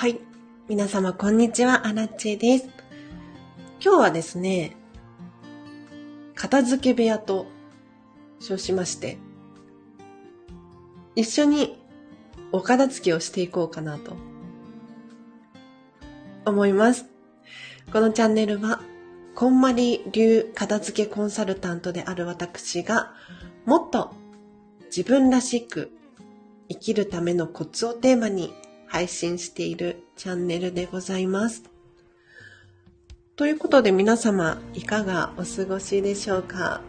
はい。皆様、こんにちは。アラチェです。今日はですね、片付け部屋と称しまして、一緒にお片付けをしていこうかなと思います。このチャンネルは、こんまり流片付けコンサルタントである私が、もっと自分らしく生きるためのコツをテーマに配信しているチャンネルでございます。ということで皆様いかがお過ごしでしょうか。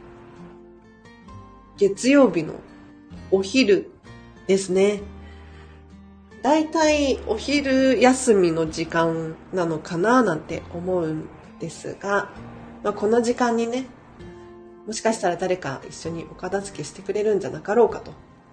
月曜日のお昼ですね。だいたいお昼休みの時間なのかななんて思うんですが、この時間にね、もしかしたら誰か一緒にお片付けしてくれるんじゃなかろうかと。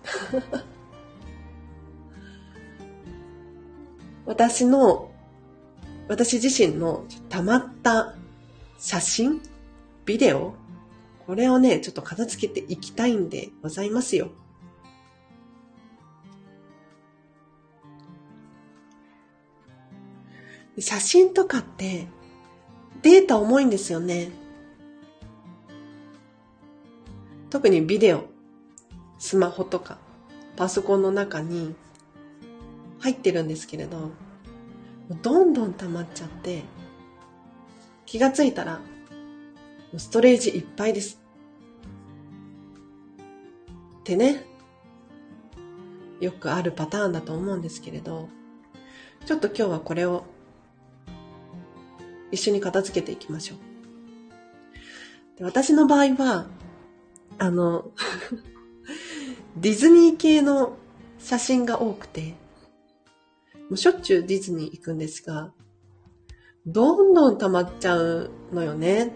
私自身の溜まった写真、ビデオ、これをね、ちょっと片付けていきたいんでございますよ。写真とかってデータ重いんですよね。特にビデオ、スマホとかパソコンの中に入ってるんですけれど、どんどん溜まっちゃって、気がついたらストレージいっぱいです。ってね、よくあるパターンだと思うんですけれど、ちょっと今日はこれを一緒に片付けていきましょう。で、私の場合は、ディズニー系の写真が多くて、もうしょっちゅうディズニー行くんですが、どんどん溜まっちゃうのよね。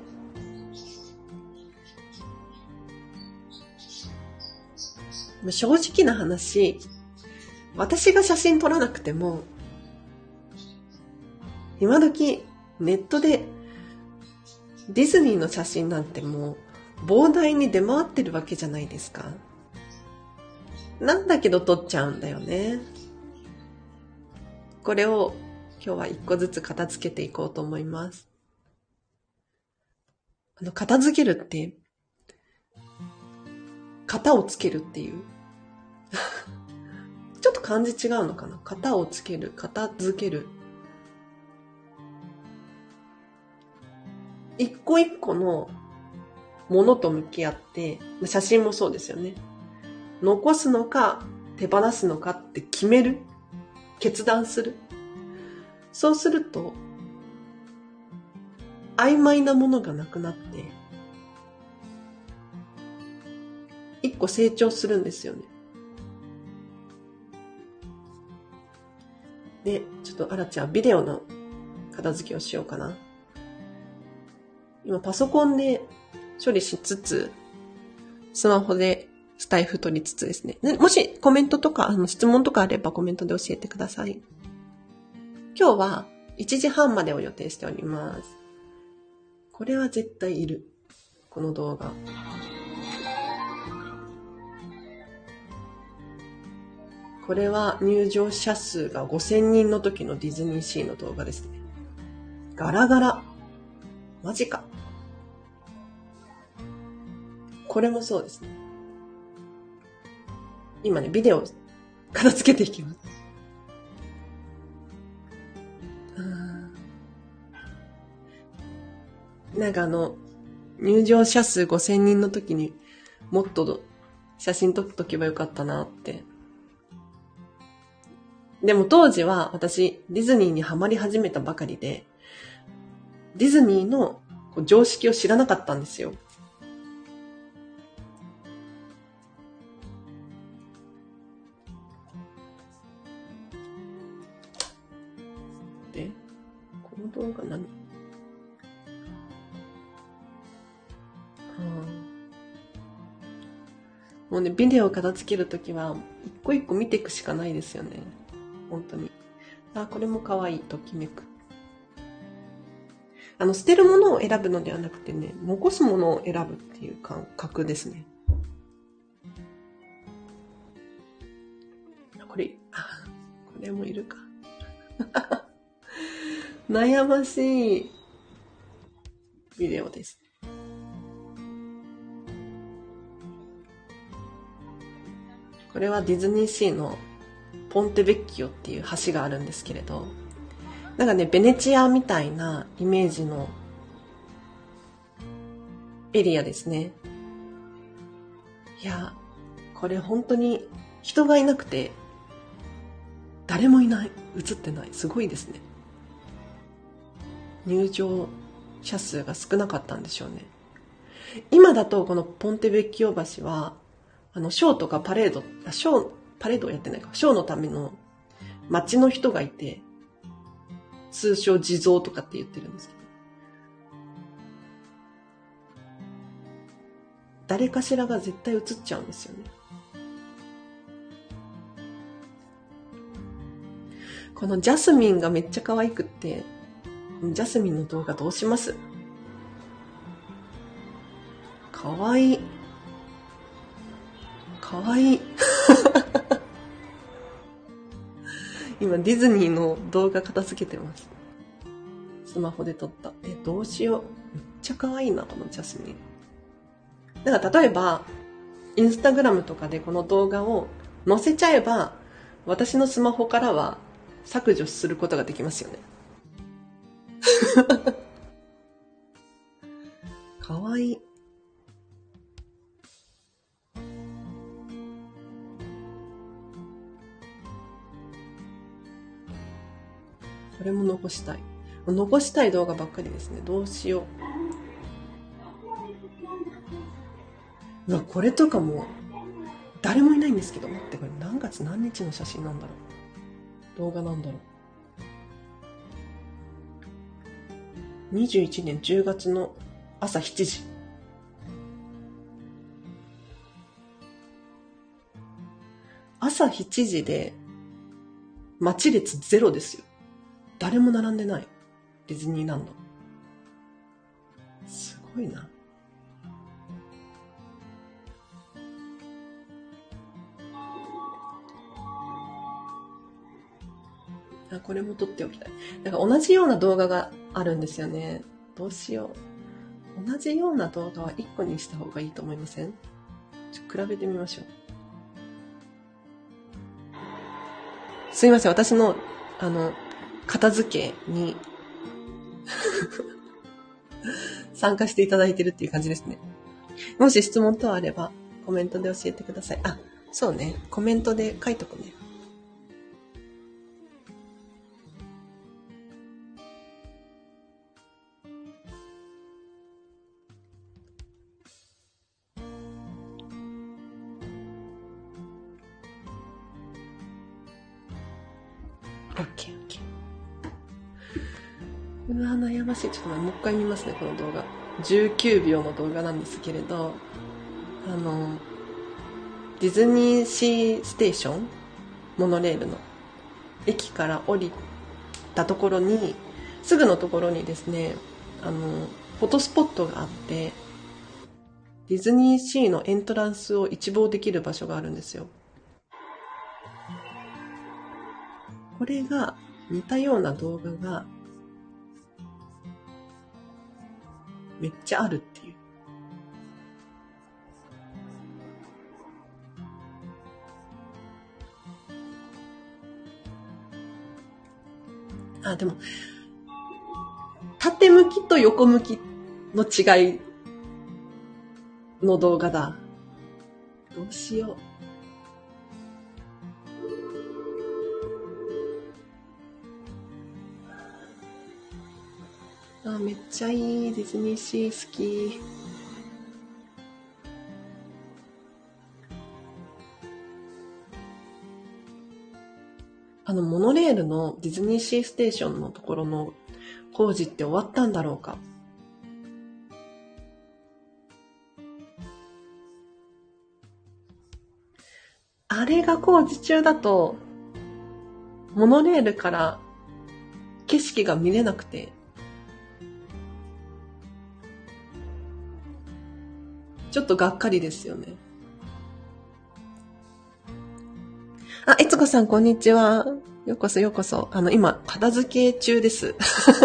正直な話、私が写真撮らなくても、今時ネットでディズニーの写真なんてもう膨大に出回ってるわけじゃないですか。なんだけど撮っちゃうんだよね。これを今日は一個ずつ片付けていこうと思います。片付けるって、型をつけるっていう。ちょっと漢字違うのかな。型をつける、片付ける。一個一個のものと向き合って、写真もそうですよね。残すのか手放すのかって決める。決断する。そうすると、曖昧なものがなくなって、一個成長するんですよね。で、ちょっとあらちゃん、ビデオの片付けをしようかな。今パソコンで処理しつつ、スマホでスタイフ取りつつですね。もしコメントとか質問とかあればコメントで教えてください。今日は1時半までを予定しております。これは絶対いる。この動画。これは入場者数が5000人の時のディズニーシーの動画ですね。ガラガラ。マジか。これもそうですね。今ね、ビデオを片付けていきます。なんか入場者数5000人の時にもっと写真撮っとけばよかったなって。でも当時は私ディズニーにハマり始めたばかりで、ディズニーの常識を知らなかったんですよ。で、この動画何？もうね、ビデオを片付けるときは一個一個見ていくしかないですよね。本当に。これも可愛い。ときめく。捨てるものを選ぶのではなくてね、残すものを選ぶっていう感覚ですね。これもいるか。 悩ましいビデオです。これはディズニーシーのポンテベッキオっていう橋があるんですけれど、なんかね、ベネチアみたいなイメージのエリアですね。いや、これ本当に人がいなくて、誰もいない。映ってない。すごいですね。入場者数が少なかったんでしょうね。今だとこのポンテベッキオ橋は、ショーとかパレードをやってないか。ショーのための街の人がいて、通称地蔵とかって言ってるんですけど。誰かしらが絶対映っちゃうんですよね。このジャスミンがめっちゃ可愛くって、ジャスミンの動画どうします？可愛い。可愛い。今ディズニーの動画片付けてます。スマホで撮った。どうしよう。めっちゃ可愛いな、このジャスミン。だから例えば、インスタグラムとかでこの動画を載せちゃえば、私のスマホからは削除することができますよね。かわいい。これも残したい。残したい動画ばっかりですね。どうしよう。うわ、これとかも誰もいないんですけど、待って、これ何月何日の写真なんだろう。動画なんだろう。21年10月の朝7時。朝7時で待ち列ゼロですよ。誰も並んでない。ディズニーランド。すごいな。これも撮っておきたい。なんか同じような動画があるんですよね。どうしよう。同じような動画は1個にした方がいいと思いません？比べてみましょう。すいません、私の、片付けに参加していただいてるっていう感じですね。もし質問等あれば、コメントで教えてください。あ、そうね。コメントで書いとくね。オッケー。うわ、悩ましい。ちょっともう一回見ますね、この動画。19秒の動画なんですけれど、ディズニーシーステーション、モノレールの駅から降りたところに、すぐのところにですね、フォトスポットがあって、ディズニーシーのエントランスを一望できる場所があるんですよ。これが似たような動画がめっちゃあるっていう。でも、縦向きと横向きの違いの動画だ。どうしよう。めっちゃいい。ディズニーシー好き。モノレールのディズニーシーステーションのところの工事って終わったんだろうか。あれが工事中だと、モノレールから景色が見れなくて、ちょっとがっかりですよね。悦子さん、こんにちは。 ようこそようこそ。今、片付け中です。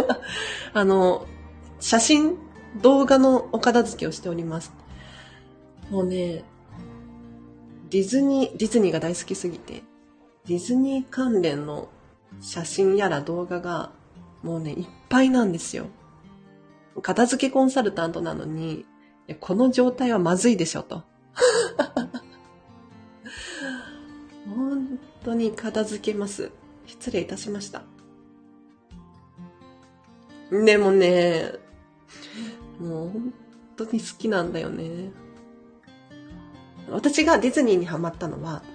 写真、動画のお片付けをしております。もうね、ディズニーが大好きすぎて、ディズニー関連の写真やら動画が、もうね、いっぱいなんですよ。片付けコンサルタントなのに、この状態はまずいでしょ、と。本当に片付けます。失礼いたしました。でもね、もう本当に好きなんだよね。私がディズニーにハマったのは、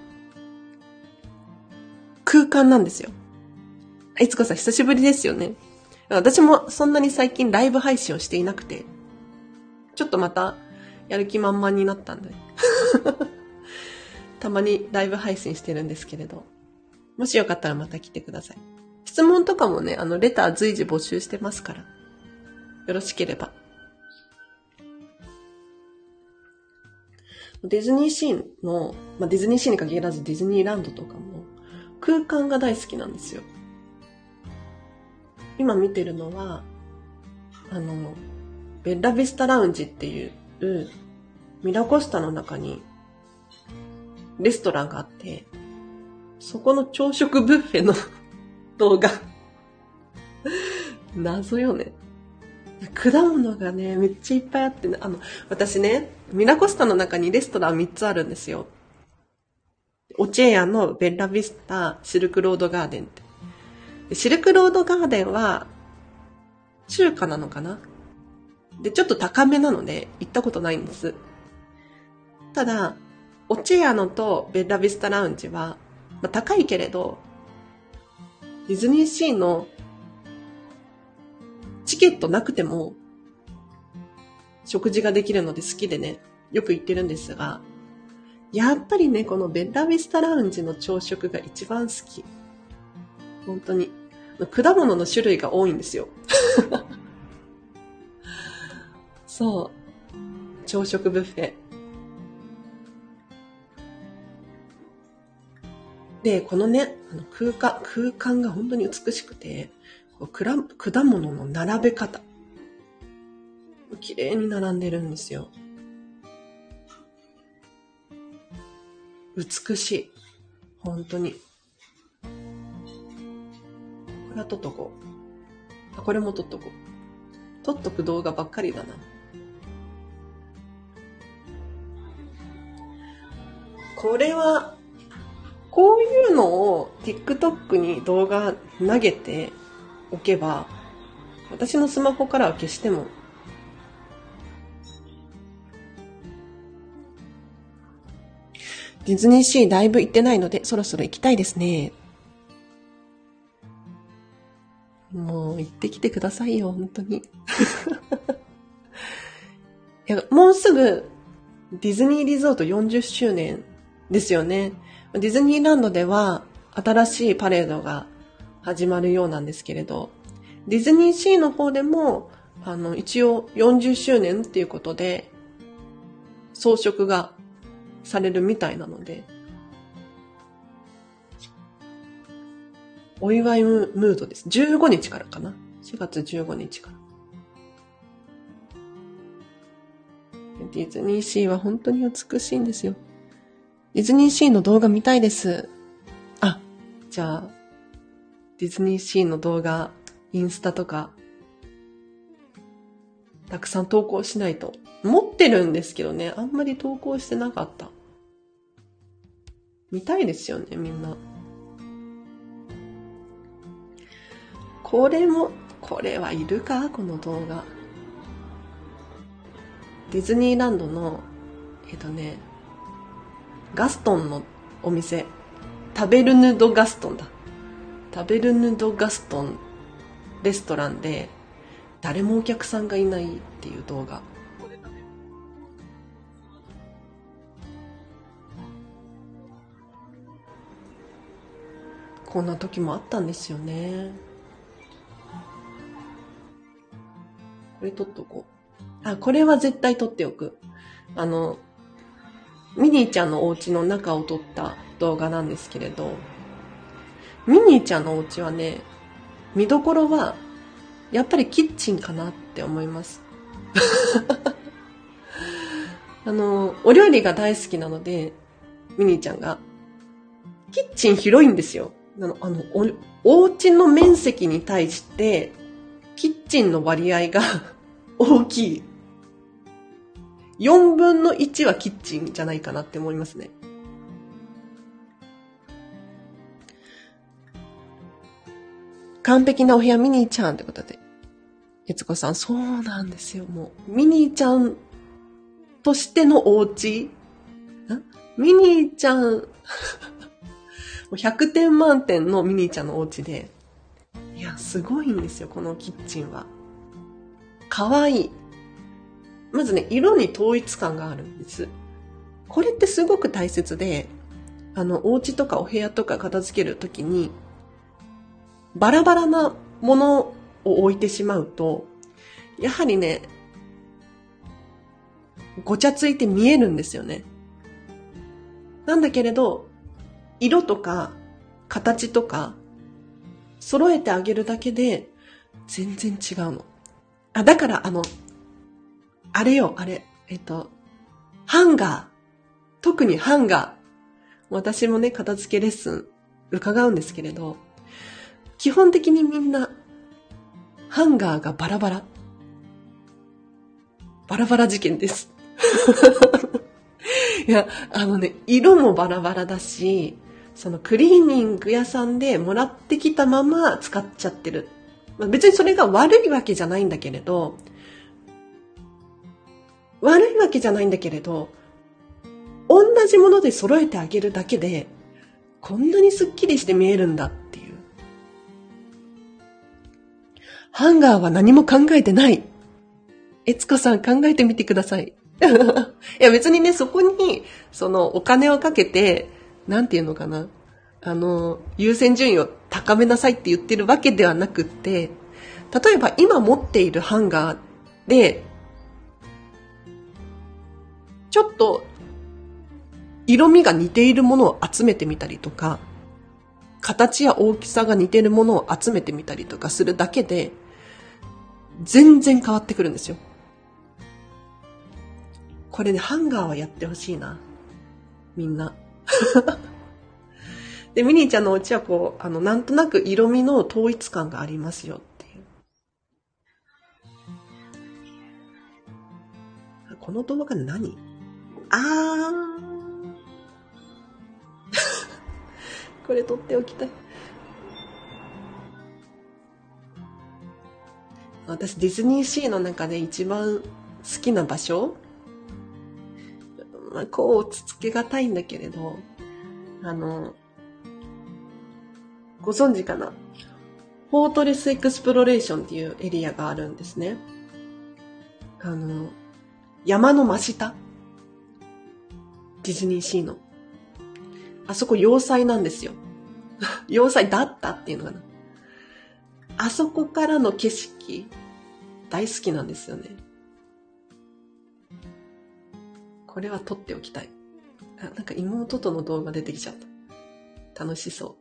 空間なんですよ。いつこさん久しぶりですよね。私もそんなに最近ライブ配信をしていなくて、ちょっとまたやる気満々になったんで。たまにライブ配信してるんですけれど、もしよかったらまた来てください。質問とかもね、レター随時募集してますから、よろしければ。ディズニーシーの、ディズニーシーに限らずディズニーランドとかも空間が大好きなんですよ。今見てるのは、ベッラビスタラウンジっていうミラコスタの中にレストランがあって、そこの朝食ブッフェの動画。謎よね。果物がね、めっちゃいっぱいあって、ね、私ね、ミラコスタの中にレストラン3つあるんですよ。オチェアのベッラビスタ、シルクロードガーデンって。でシルクロードガーデンは、中華なのかな？で、ちょっと高めなので、行ったことないんです。ただ、オチェアノとベッラビスタラウンジは、高いけれど、ディズニーシーのチケットなくても食事ができるので好きでね、よく行ってるんですが、やっぱりね、このベッラビスタラウンジの朝食が一番好き。本当に。果物の種類が多いんですよ。そう。朝食ブッフェ。で、このね、空間が本当に美しくて、果物の並べ方。綺麗に並んでるんですよ。美しい。本当に。これは撮っとこう。これも撮っとこう。撮っとく動画ばっかりだな。これは、こういうのを TikTok に動画投げておけば、私のスマホからは消してもディズニーシーだいぶ行ってないので、そろそろ行きたいですね。もう行ってきてくださいよ、本当に。いや、もうすぐディズニーリゾート40周年ですよね。ディズニーランドでは新しいパレードが始まるようなんですけれど、ディズニーシーの方でも、一応40周年っていうことで、装飾がされるみたいなので、お祝いムードです。15日からかな。4月15日から。ディズニーシーは本当に美しいんですよ。ディズニーシーの動画見たいです。あ、じゃあ、ディズニーシーの動画、インスタとか、たくさん投稿しないと。持ってるんですけどね、あんまり投稿してなかった。見たいですよね、みんな。これはいるか？この動画。ディズニーランドの、ガストンのお店。タベルヌ・ド・ガストンだ。タベルヌ・ド・ガストンレストランで、誰もお客さんがいないっていう動画。こんな時もあったんですよね。これ撮っとこう。あ、これは絶対撮っておく。ミニーちゃんのお家の中を撮った動画なんですけれど、 ミニーちゃんのお家はね、見どころは、やっぱりキッチンかなって思います。お料理が大好きなので、ミニーちゃんが。キッチン広いんですよ。お家の面積に対して、キッチンの割合が大きい。4分の1はキッチンじゃないかなって思いますね。完璧なお部屋ミニーちゃんってことで。悦子さん、そうなんですよ。もう、ミニーちゃんとしてのお家ミニーちゃん、100点満点のミニーちゃんのお家で、いや、すごいんですよ、このキッチンは。かわいい。まずね、色に統一感があるんです。これってすごく大切で、お家とかお部屋とか片付けるときに、バラバラなものを置いてしまうと、やはりね、ごちゃついて見えるんですよね。なんだけれど、色とか形とか揃えてあげるだけで全然違うの。だからあれよ、ハンガー。特にハンガー。私もね、片付けレッスン伺うんですけれど、基本的にみんな、ハンガーがバラバラ。バラバラ事件です。いや、色もバラバラだし、そのクリーニング屋さんでもらってきたまま使っちゃってる。別にそれが悪いわけじゃないんだけれど、同じもので揃えてあげるだけで、こんなにスッキリして見えるんだっていう。ハンガーは何も考えてない。悦子さん考えてみてください。いや別にね、そこに、お金をかけて、なんていうのかな。優先順位を高めなさいって言ってるわけではなくって、例えば今持っているハンガーで、ちょっと、色味が似ているものを集めてみたりとか、形や大きさが似ているものを集めてみたりとかするだけで、全然変わってくるんですよ。これね、ハンガーはやってほしいな。みんな。で、ミニーちゃんのお家はこう、なんとなく色味の統一感がありますよっていう。この動画何？これ撮っておきたい。私、ディズニーシーの中で一番好きな場所？こう、つつけがたいんだけれど、ご存知かな？フォートレスエクスプロレーションっていうエリアがあるんですね。山の真下。ディズニーシーの。あそこ要塞なんですよ。要塞だったっていうのかな。あそこからの景色、大好きなんですよね。これは撮っておきたい。なんか妹との動画出てきちゃった。楽しそう。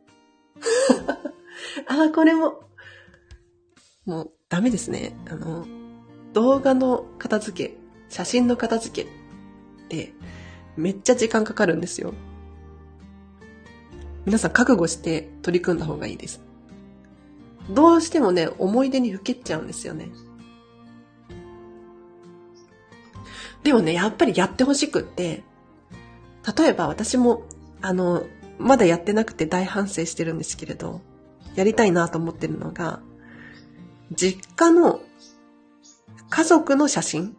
これもうダメですね。動画の片付け、写真の片付けってめっちゃ時間かかるんですよ。皆さん覚悟して取り組んだ方がいいです。どうしてもね、思い出にふけっちゃうんですよね。でもね、やっぱりやってほしくって、例えば私も、まだやってなくて大反省してるんですけれど、やりたいなと思ってるのが、実家の家族の写真。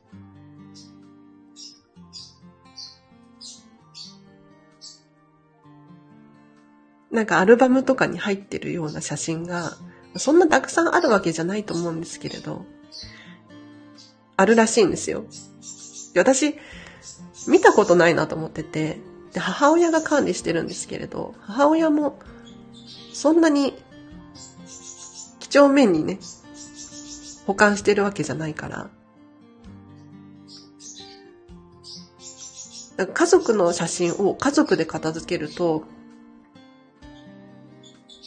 なんかアルバムとかに入ってるような写真が、そんなたくさんあるわけじゃないと思うんですけれど、あるらしいんですよ。で、私、見たことないなと思ってて、で、母親が管理してるんですけれど、母親も、そんなに、几帳面にね、保管してるわけじゃないから、家族の写真を家族で片付けると、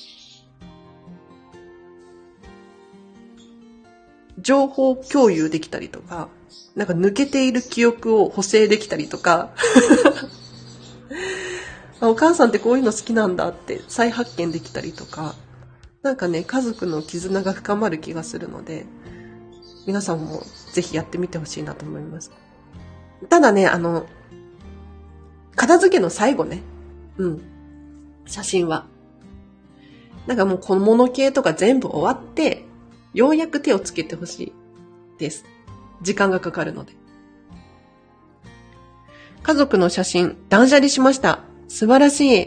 情報共有できたりとか、なんか抜けている記憶を補正できたりとか、お母さんってこういうの好きなんだって再発見できたりとか、なんかね、家族の絆が深まる気がするので、皆さんもぜひやってみてほしいなと思います。ただね、片付けの最後ね、写真は。なんかもう小物系とか全部終わって、ようやく手をつけてほしいです。時間がかかるので。家族の写真、断捨離しました。素晴らしい。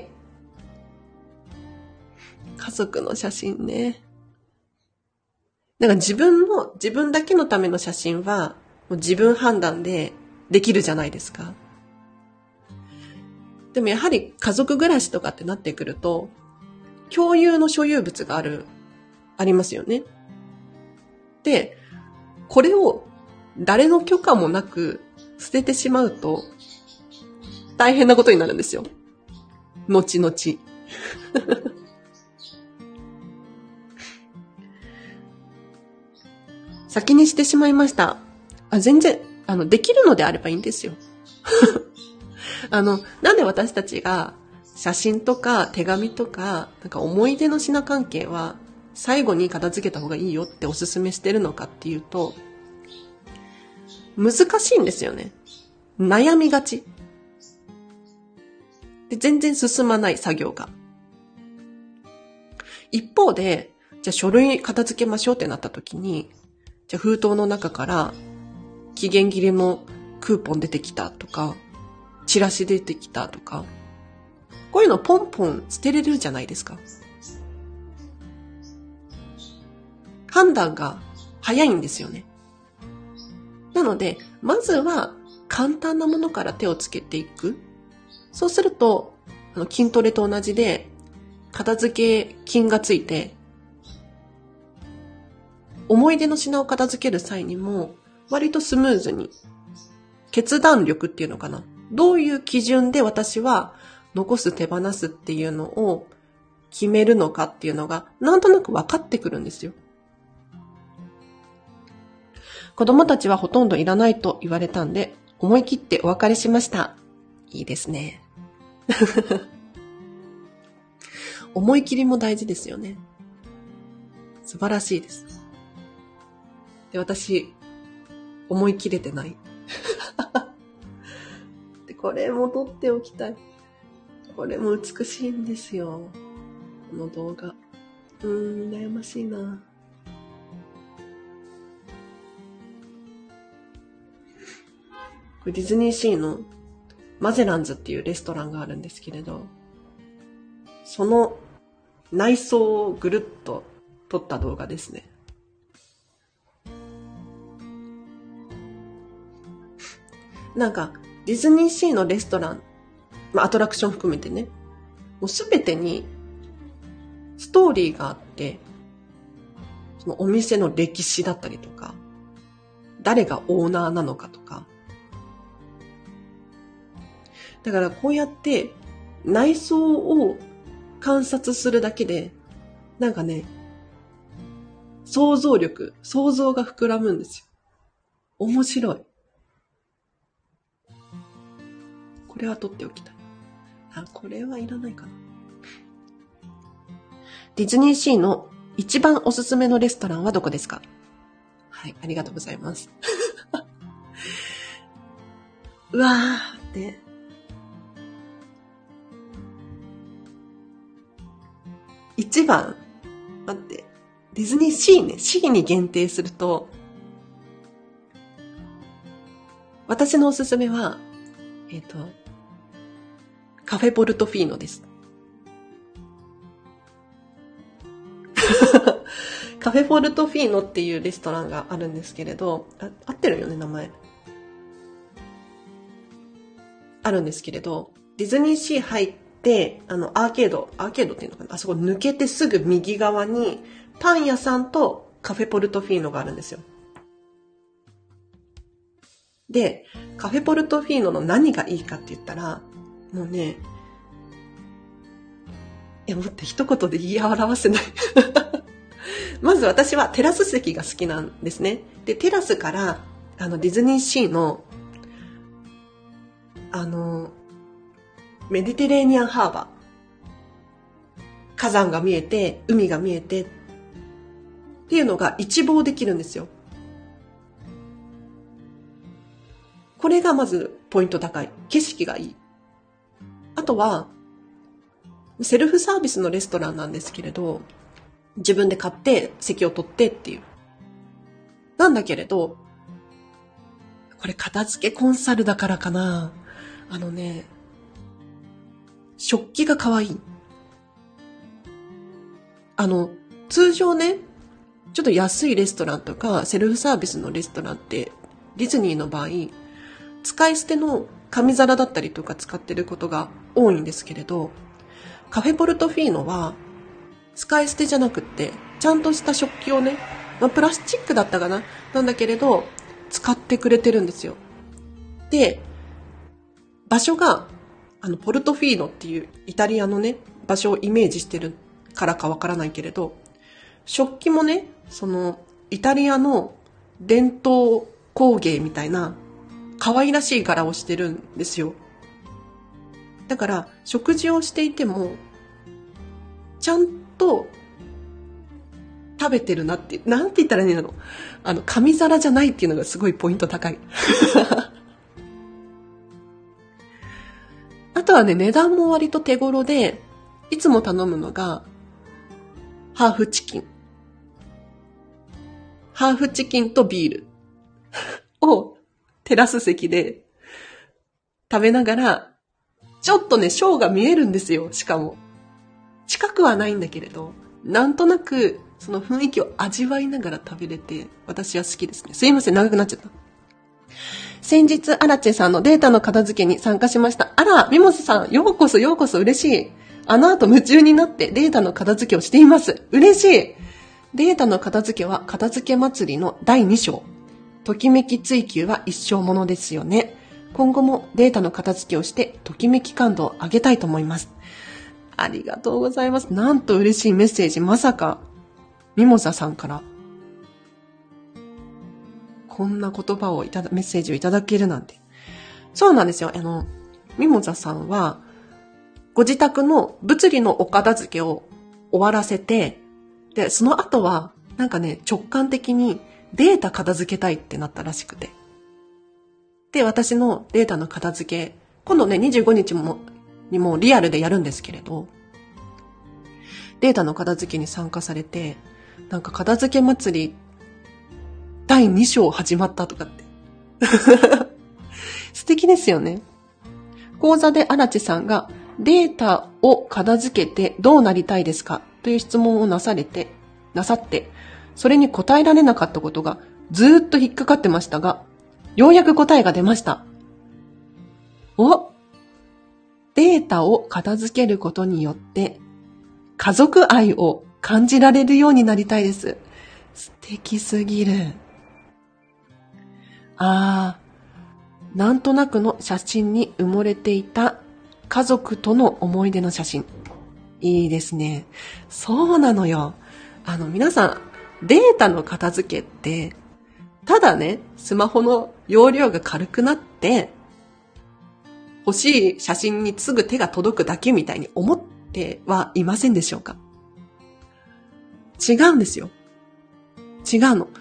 家族の写真ね。なんか自分だけのための写真は、もう自分判断でできるじゃないですか。でもやはり家族暮らしとかってなってくると、共有の所有物がありますよね。で、これを誰の許可もなく捨ててしまうと、大変なことになるんですよ。後々。先にしてしまいました。全然、できるのであればいいんですよ。なんで私たちが写真とか手紙とか、なんか思い出の品関係は最後に片付けた方がいいよっておすすめしてるのかっていうと、難しいんですよね。悩みがち。で、全然進まない作業が。一方で、じゃあ書類片付けましょうってなった時に、じゃあ封筒の中から期限切れのクーポン出てきたとか、チラシ出てきたとか、こういうのポンポン捨てれるじゃないですか。判断が早いんですよね。なので、まずは簡単なものから手をつけていく。そうすると、筋トレと同じで、片付け筋がついて、思い出の品を片付ける際にも、割とスムーズに、決断力っていうのかな。どういう基準で私は残す手放すっていうのを決めるのかっていうのが、なんとなく分かってくるんですよ。子供たちはほとんどいらないと言われたんで、思い切ってお別れしました。いいですね。思い切りも大事ですよね。素晴らしいです。で、私、思い切れてない。で、これも撮っておきたい。これも美しいんですよ。この動画。悩ましいな。これディズニーシーのマゼランズっていうレストランがあるんですけれど、その内装をぐるっと撮った動画ですね。なんかディズニーシーのレストラン、アトラクション含めてね、もうすべてにストーリーがあって、そのお店の歴史だったりとか、誰がオーナーなのかとか。だからこうやって内装を観察するだけで、なんかね、想像が膨らむんですよ。面白い。これは撮っておきたい。これはいらないかな。ディズニーシーの一番おすすめのレストランはどこですか？はい、ありがとうございます。うわーって。一番、待って、ディズニーシーね、シーに限定すると、私のおすすめは、カフェポルトフィーノです。カフェポルトフィーノっていうレストランがあるんですけれど、合ってるよね、名前。あるんですけれど、ディズニーシー入って、アーケードっていうのかな、あそこ抜けてすぐ右側に、パン屋さんとカフェポルトフィーノがあるんですよ。で、カフェポルトフィーノの何がいいかって言ったら、もうね、待って、一言で言い表せない。 まず私はテラス席が好きなんですね。で、テラスからディズニーシーのメディテレーニアンハーバー、火山が見えて海が見えてっていうのが一望できるんですよ。これがまずポイント高い。景色がいい。あとはセルフサービスのレストランなんですけれど、自分で買って席を取ってっていうなんだけれど、これ片付けコンサルだからかな。食器が可愛い。通常ね、ちょっと安いレストランとかセルフサービスのレストランってディズニーの場合、使い捨ての紙皿だったりとか使ってることが多いんですけれど、カフェポルトフィーノは使い捨てじゃなくってちゃんとした食器をね、プラスチックだったかな、なんだけれど使ってくれてるんですよ。で、場所がポルトフィーノっていうイタリアのね場所をイメージしてるからかわからないけれど、食器もね、そのイタリアの伝統工芸みたいな可愛らしい柄をしてるんですよ。だから食事をしていてもちゃんと食べてるなって、なんて言ったらいいの、紙皿じゃないっていうのがすごいポイント高い。あとはね、値段も割と手頃で、いつも頼むのがハーフチキン。ハーフチキンとビールをテラス席で食べながら、ちょっとね、ショーが見えるんですよ。しかも近くはないんだけれど、なんとなくその雰囲気を味わいながら食べれて、私は好きですね。すいません、長くなっちゃった。先日、アラチェさんのデータの片付けに参加しました。あら、ミモスさん、ようこそようこそ、嬉しい。あの後夢中になってデータの片付けをしています。嬉しい。データの片付けは片付け祭りの第2章。ときめき追求は一生ものですよね。今後もデータの片付けをしてときめき感度を上げたいと思います。ありがとうございます。なんと嬉しいメッセージ。まさかミモザさんからこんな言葉をメッセージをいただけるなんて。そうなんですよ。ミモザさんはご自宅の物理のお片付けを終わらせて、でその後はなんかね、直感的にデータ片付けたいってなったらしくて、で私のデータの片付け、今度ね25日にもリアルでやるんですけれど、データの片付けに参加されて、なんか片付け祭り第2章始まったとかって素敵ですよね。講座で荒地さんがデータを片付けてどうなりたいですかという質問をなさって、それに答えられなかったことがずっと引っかかってましたが、ようやく答えが出ました。データを片付けることによって家族愛を感じられるようになりたいです。素敵すぎる。なんとなくの写真に埋もれていた家族との思い出の写真。いいですね。そうなのよ。皆さん、データの片付けって、ただね、スマホの容量が軽くなって、欲しい写真にすぐ手が届くだけみたいに思ってはいませんでしょうか？違うんですよ。違うの。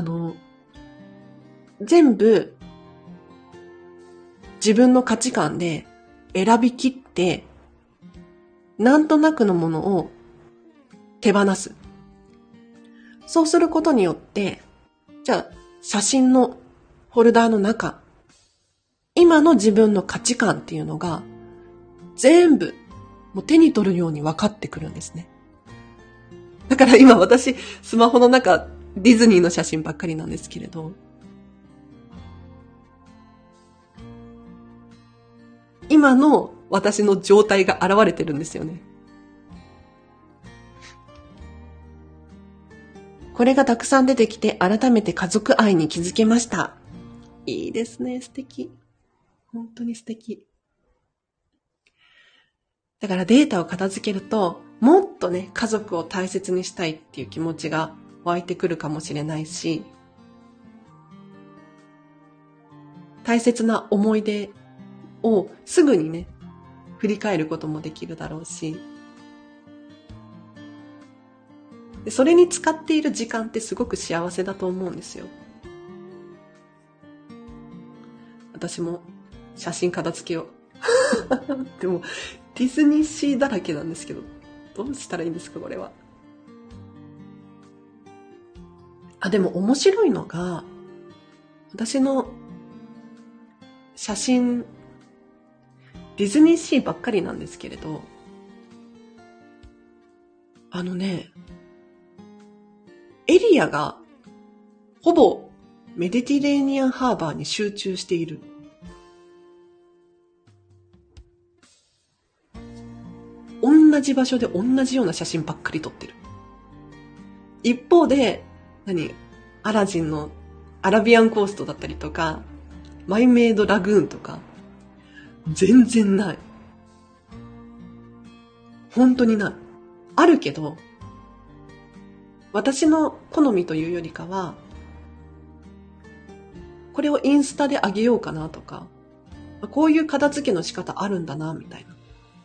全部、自分の価値観で選び切って、なんとなくのものを手放す。そうすることによって、じゃあ写真のフォルダーの中、今の自分の価値観っていうのが全部もう手に取るように分かってくるんですね。だから今私スマホの中ディズニーの写真ばっかりなんですけれど、今の私の状態が現れてるんですよね。これがたくさん出てきて改めて家族愛に気づけました。いいですね、素敵。本当に素敵。 だからデータを片付けると、もっとね、家族を大切にしたいっていう気持ちが湧いてくるかもしれないし、大切な思い出をすぐにね、振り返ることもできるだろうし、でそれに使っている時間ってすごく幸せだと思うんですよ。私も写真片付けよう。でも、ディズニーシーだらけなんですけど、どうしたらいいんですか、これは。あ、でも面白いのが、私の写真、ディズニーシーばっかりなんですけれど、エリアがほぼメディテレーニアンハーバーに集中している。同じ場所で同じような写真ばっかり撮ってる。一方で、アラジンのアラビアンコーストだったりとか、マイメイドラグーンとか、全然ない。本当にない。あるけど、私の好みというよりかは、これをインスタで上げようかなとか、こういう片付けの仕方あるんだな、みたいな。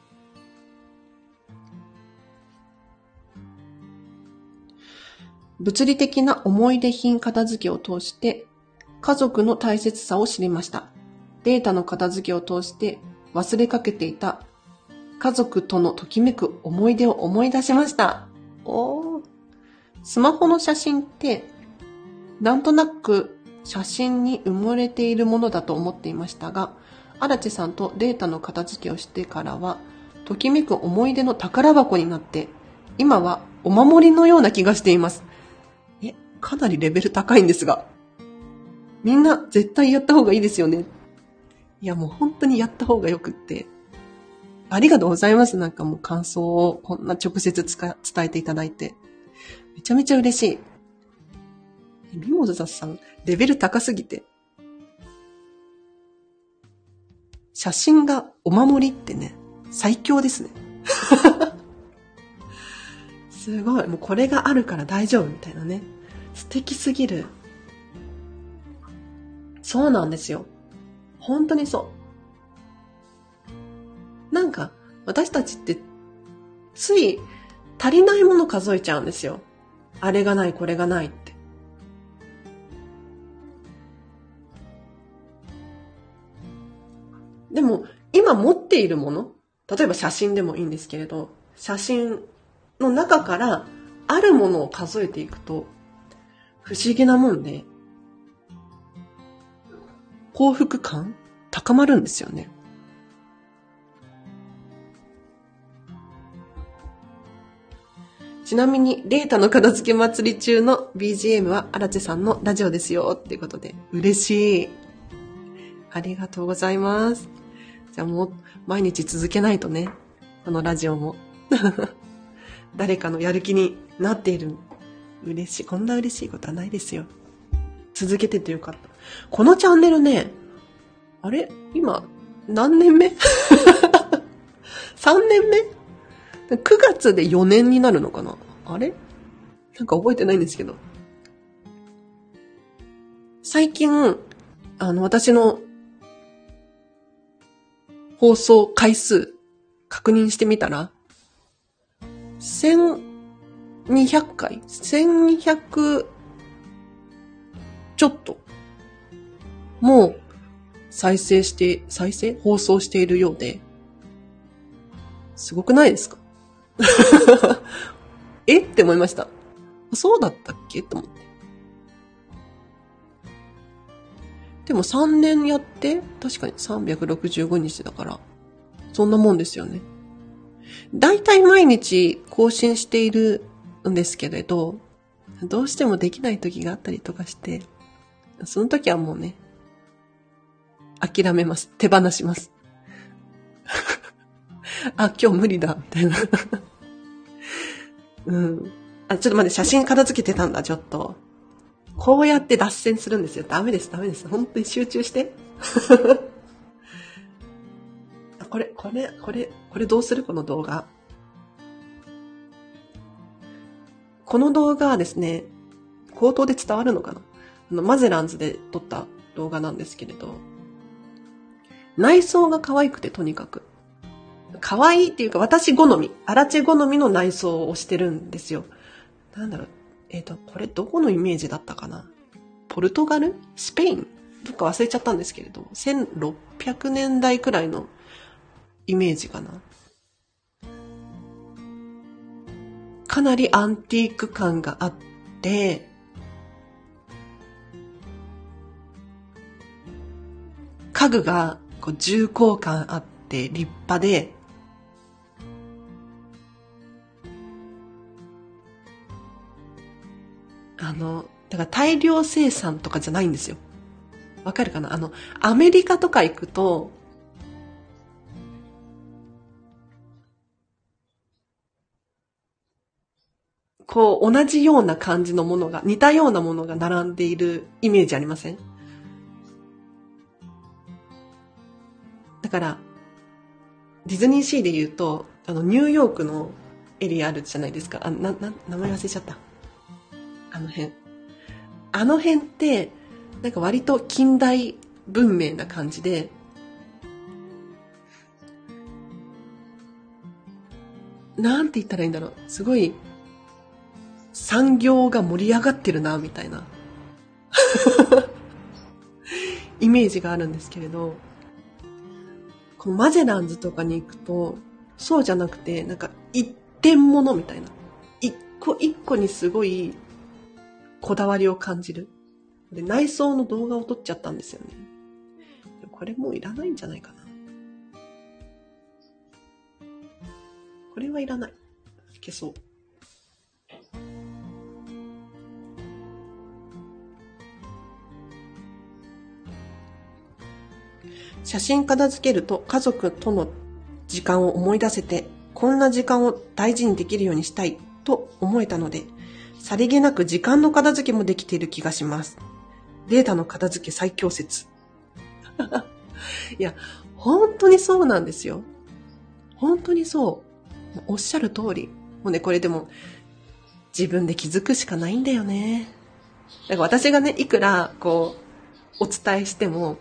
物理的な思い出品片付けを通して、家族の大切さを知りました。データの片付けを通して忘れかけていた家族とのときめく思い出を思い出しました。スマホの写真ってなんとなく写真に埋もれているものだと思っていましたが、荒地さんとデータの片付けをしてからはときめく思い出の宝箱になって、今はお守りのような気がしています。かなりレベル高いんですが、みんな絶対やった方がいいですよね。いやもう本当にやった方がよくって、ありがとうございます。なんかもう感想をこんな直接伝えていただいて。めちゃめちゃ嬉しい。ミモザさん、レベル高すぎて。写真がお守りってね、最強ですね。すごい。もうこれがあるから大丈夫みたいなね。素敵すぎる。そうなんですよ。本当にそう。なんか、私たちって、つい足りないもの数えちゃうんですよ。あれがない、これがないって。でも、今持っているもの、例えば写真でもいいんですけれど、写真の中からあるものを数えていくと、不思議なもんで、幸福感高まるんですよね。ちなみにデータの片付け祭り中の BGM は荒地さんのラジオですよっていうことで、嬉しい。ありがとうございます。じゃあもう毎日続けないとね、このラジオも誰かのやる気になっている。嬉しい。こんな嬉しいことはないですよ。続けててよかった。このチャンネルね、あれ今何年目 ?3 年目 ?9 月で4年になるのかな。あれなんか覚えてないんですけど。最近、私の放送回数確認してみたら、1200回 ?1200 ちょっともう放送しているようで、すごくないですかって思いました。そうだったっけと思って。でも3年やって、確かに365日だから、そんなもんですよね。だいたい毎日更新しているんですけれど、どうしてもできない時があったりとかして、その時はもうね、諦めます。手放します。あ、今日無理だ、みたいな。うん。あ、ちょっと待って、写真片付けてたんだ、ちょっと。こうやって脱線するんですよ。ダメです。本当に集中して。ここれどうする？この動画。この動画はですね、口頭で伝わるのかな？マゼランズで撮った動画なんですけれど、内装が可愛くてとにかく。可愛いっていうか私好み、アラチェ好みの内装をしてるんですよ。なんだろう、これどこのイメージだったかな？ポルトガル？スペイン？どっか忘れちゃったんですけれど、1600年代くらいのイメージかな。かなりアンティーク感があって、家具がこう重厚感あって立派で、だから大量生産とかじゃないんですよ。わかるかな？アメリカとか行くと、こう同じような感じのものが、似たようなものが並んでいるイメージありません？だから、ディズニーシーで言うと、ニューヨークのエリアあるじゃないですか。名前忘れちゃった。あの辺って、なんか割と近代文明な感じで、なんて言ったらいいんだろう。すごい、産業が盛り上がってるな、みたいな、イメージがあるんですけれど、このマゼランズとかに行くと、そうじゃなくて、なんか一点物みたいな。一個一個にすごいこだわりを感じる。で、内装の動画を撮っちゃったんですよね。これもういらないんじゃないかな。これはいらない。消そう。写真片付けると家族との時間を思い出せて、こんな時間を大事にできるようにしたいと思えたので、さりげなく時間の片付けもできている気がします。データの片付け最強説。いや、本当にそうなんですよ。本当にそう。おっしゃる通り。もうね、これでも自分で気づくしかないんだよね。だから私がね、いくらこうお伝えしても、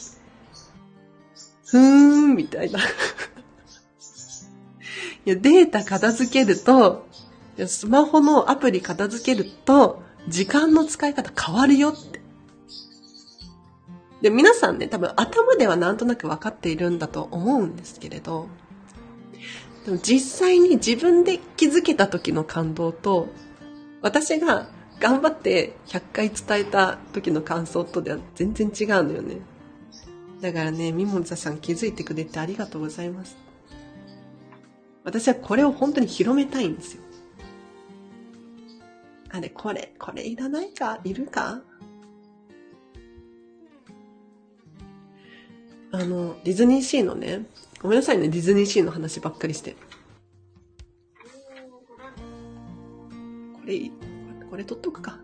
ふーんみたいな。いや、データ片付けると、スマホのアプリ片付けると、時間の使い方変わるよって。で、皆さんね、多分頭ではなんとなく分かっているんだと思うんですけれど、でも実際に自分で気づけた時の感動と、私が頑張って100回伝えた時の感想とでは全然違うのよね。だからね、ミモザさん気づいてくれてありがとうございます。私はこれを本当に広めたいんですよ。あれ、これいらないか？いるか？ディズニーシーのね、ごめんなさいね、ディズニーシーの話ばっかりして。これ撮っとくか。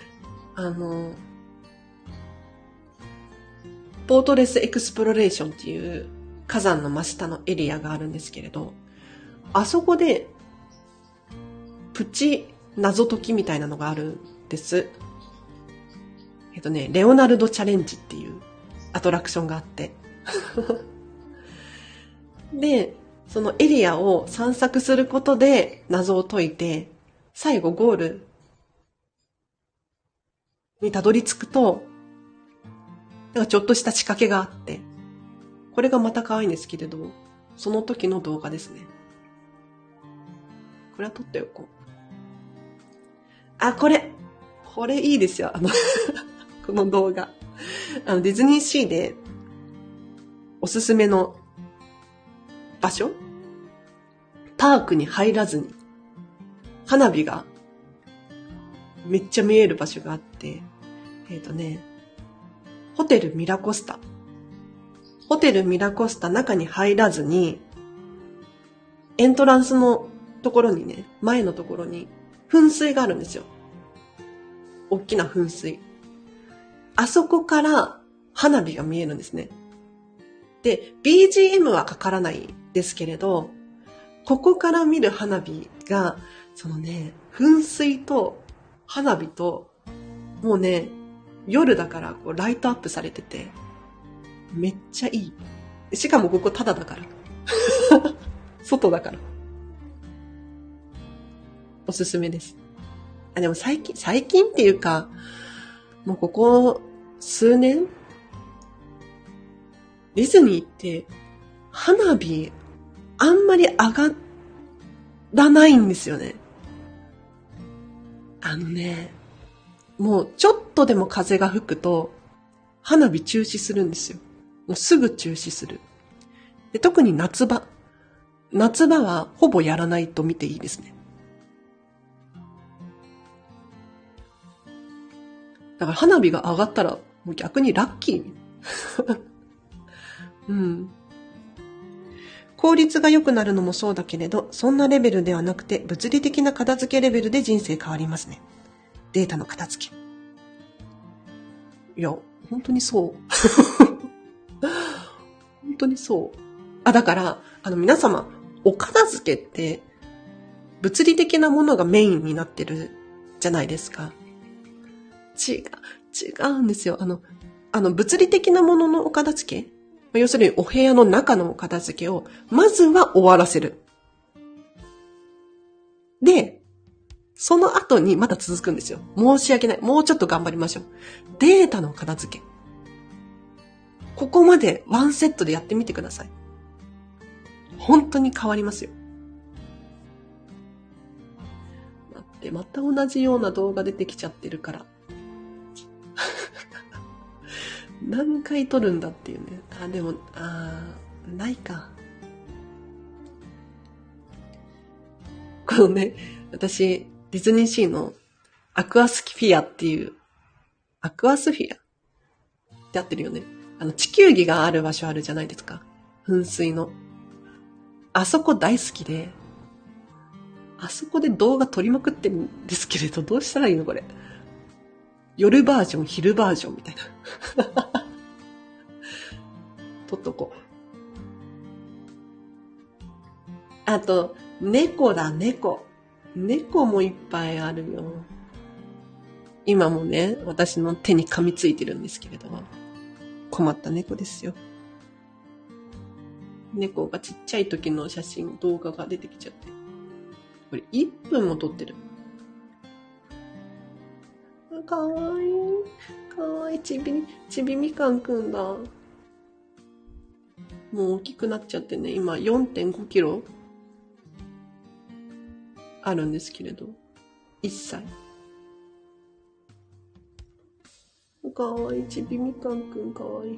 ポートレスエクスプロレーションっていう火山の真下のエリアがあるんですけれど、あそこでプチ謎解きみたいなのがあるんです。レオナルドチャレンジっていうアトラクションがあってで、そのエリアを散策することで謎を解いて、最後ゴールにたどり着くと、なんかちょっとした仕掛けがあって、これがまた可愛いんですけれど、その時の動画ですね。これは撮っておこう。あ、これいいですよ。この動画。ディズニーシーでおすすめの場所？パークに入らずに花火がめっちゃ見える場所があって、ホテルミラコスタ。ホテルミラコスタ中に入らずに、エントランスのところにね、前のところに噴水があるんですよ。大きな噴水。あそこから花火が見えるんですね。 で、BGM はかからないですけれど、ここから見る花火が、そのね、噴水と花火と、もうね、夜だからこうライトアップされてて、めっちゃいい。しかもここタダだから。外だから。おすすめです。あ、でも最近っていうか、もうここ数年ディズニーって花火あんまり上がらないんですよね。もうちょっとでも風が吹くと花火中止するんですよ。もうすぐ中止する。で、特に夏場はほぼやらないと見ていいですね。だから花火が上がったらもう逆にラッキー。うん。効率が良くなるのもそうだけれど、そんなレベルではなくて物理的な片付けレベルで人生変わりますね。データの片付け。いや、本当にそう。本当にそう。あ、だから、皆様、お片付けって、物理的なものがメインになってるじゃないですか。違うんですよ。物理的なもののお片付け、要するにお部屋の中のお片付けを、まずは終わらせる。で、その後にまだ続くんですよ。申し訳ない。もうちょっと頑張りましょう。データの片付け。ここまでワンセットでやってみてください。本当に変わりますよ。待って、また同じような動画出てきちゃってるから。何回撮るんだっていうね。ないか。このね、私、ディズニーシーのアクアスフィアっていう、アクアスフィアってあってるよね。地球儀がある場所あるじゃないですか。噴水の。あそこ大好きで、あそこで動画撮りまくってるんですけれど、どうしたらいいのこれ。夜バージョン、昼バージョンみたいな。撮っとこう。あと、猫だ、猫。猫もいっぱいあるよ。今もね、私の手に噛みついてるんですけれど、困った猫ですよ。猫がちっちゃい時の写真、動画が出てきちゃって。これ1分も撮ってる。かわいい。かわいい。ちびみかんくんだ。もう大きくなっちゃってね、今 4.5 キロあるんですけれど、1歳。かわいい。ちびみかんくんかわいい。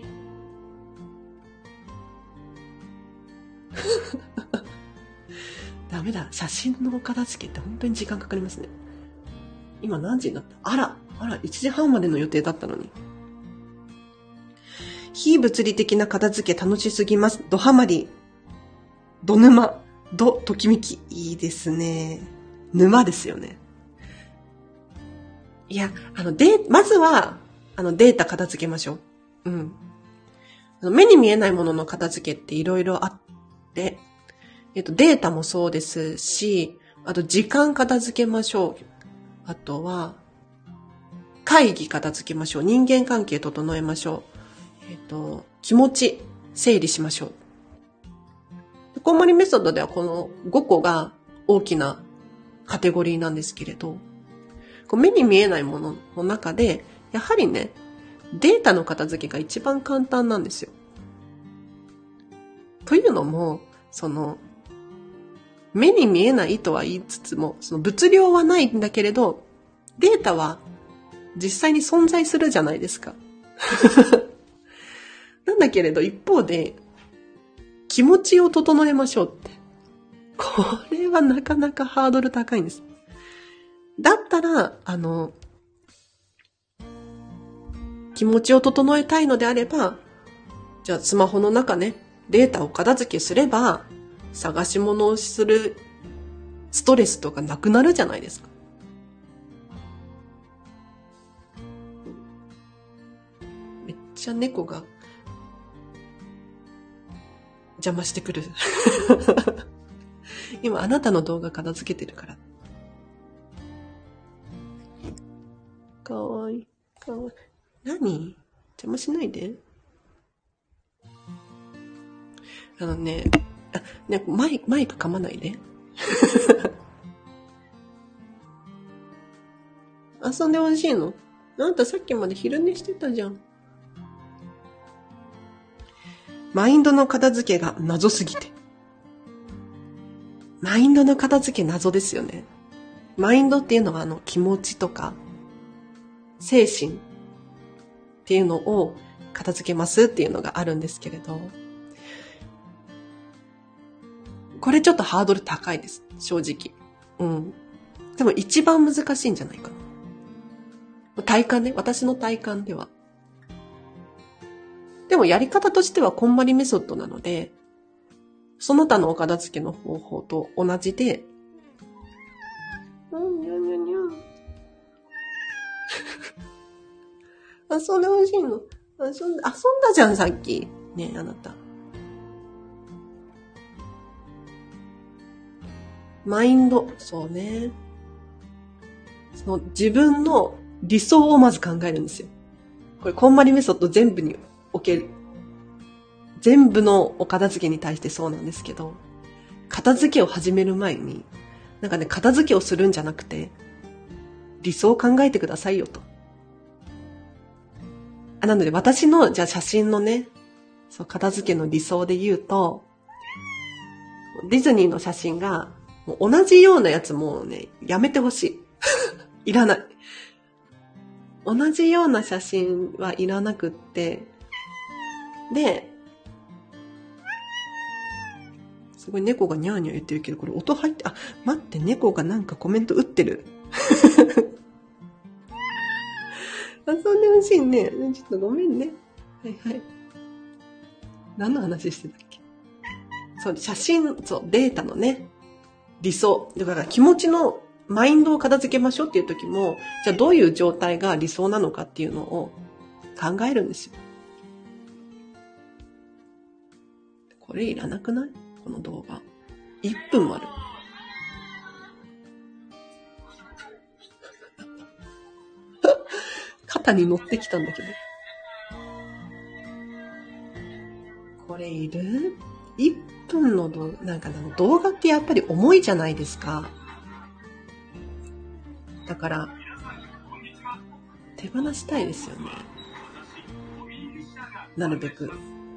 ダメだ。写真のお片付けって本当に時間かかりますね。今何時になった？あら、1時半までの予定だったのに。非物理的な片付け楽しすぎます。ドハマり。ド沼。ときめき。いいですね。沼ですよね。いや、まずは、データ片付けましょう。うん。目に見えないものの片付けっていろいろあって、データもそうですし、あと時間片付けましょう。あとは、会議片付けましょう。人間関係整えましょう。気持ち整理しましょう。こんまりメソッドではこの5個が大きなカテゴリーなんですけれど、目に見えないものの中で、やはりね、データの片付けが一番簡単なんですよ。というのも、目に見えないとは言いつつも、物量はないんだけれど、データは実際に存在するじゃないですか。なんだけれど、一方で、気持ちを整えましょうって。これはなかなかハードル高いんです。だったら、気持ちを整えたいのであれば、じゃあスマホの中ね、データを片付けすれば、探し物をするストレスとかなくなるじゃないですか。めっちゃ猫が邪魔してくる。今あなたの動画片付けてるから。かわいい。かわいい。何？邪魔しないで。ね、マイク噛まないで。遊んでほしいの？あんたさっきまで昼寝してたじゃん。マインドの片付けが謎すぎて。マインドの片付け謎ですよね。マインドっていうのは気持ちとか精神っていうのを片付けますっていうのがあるんですけれど、これちょっとハードル高いです。正直。でも一番難しいんじゃないかな。体感ね。私の体感では。でもやり方としてはこんまりメソッドなので、その他のお片付けの方法と同じで、遊んでほしいの。遊んだじゃん、さっき。ねえ、あなた。マインド、そうね。その自分の理想をまず考えるんですよ。これ、こんまりメソッド全部における。全部のお片付けに対してそうなんですけど、片付けを始める前に、片付けをするんじゃなくて、理想を考えてくださいよと。なので私の、じゃあ写真のね、そう片付けの理想で言うと、ディズニーの写真が、もう同じようなやつもね、やめてほしい。いらない。同じような写真はいらなくって、で、すごい猫がニャーニャー言ってるけど、これ音入って、待って、猫がなんかコメント打ってる。遊んでほしいね。ちょっとごめんね。はいはい。何の話してたっけ？そう、写真、そう、データのね、理想。だから気持ちのマインドを片付けましょうっていう時も、じゃあどういう状態が理想なのかっていうのを考えるんですよ。これいらなくない？この動画。1分もある。肩に乗ってきたんだけど。これいる？ 1 分の動画ってやっぱり重いじゃないですか。だから、手放したいですよね。なるべく。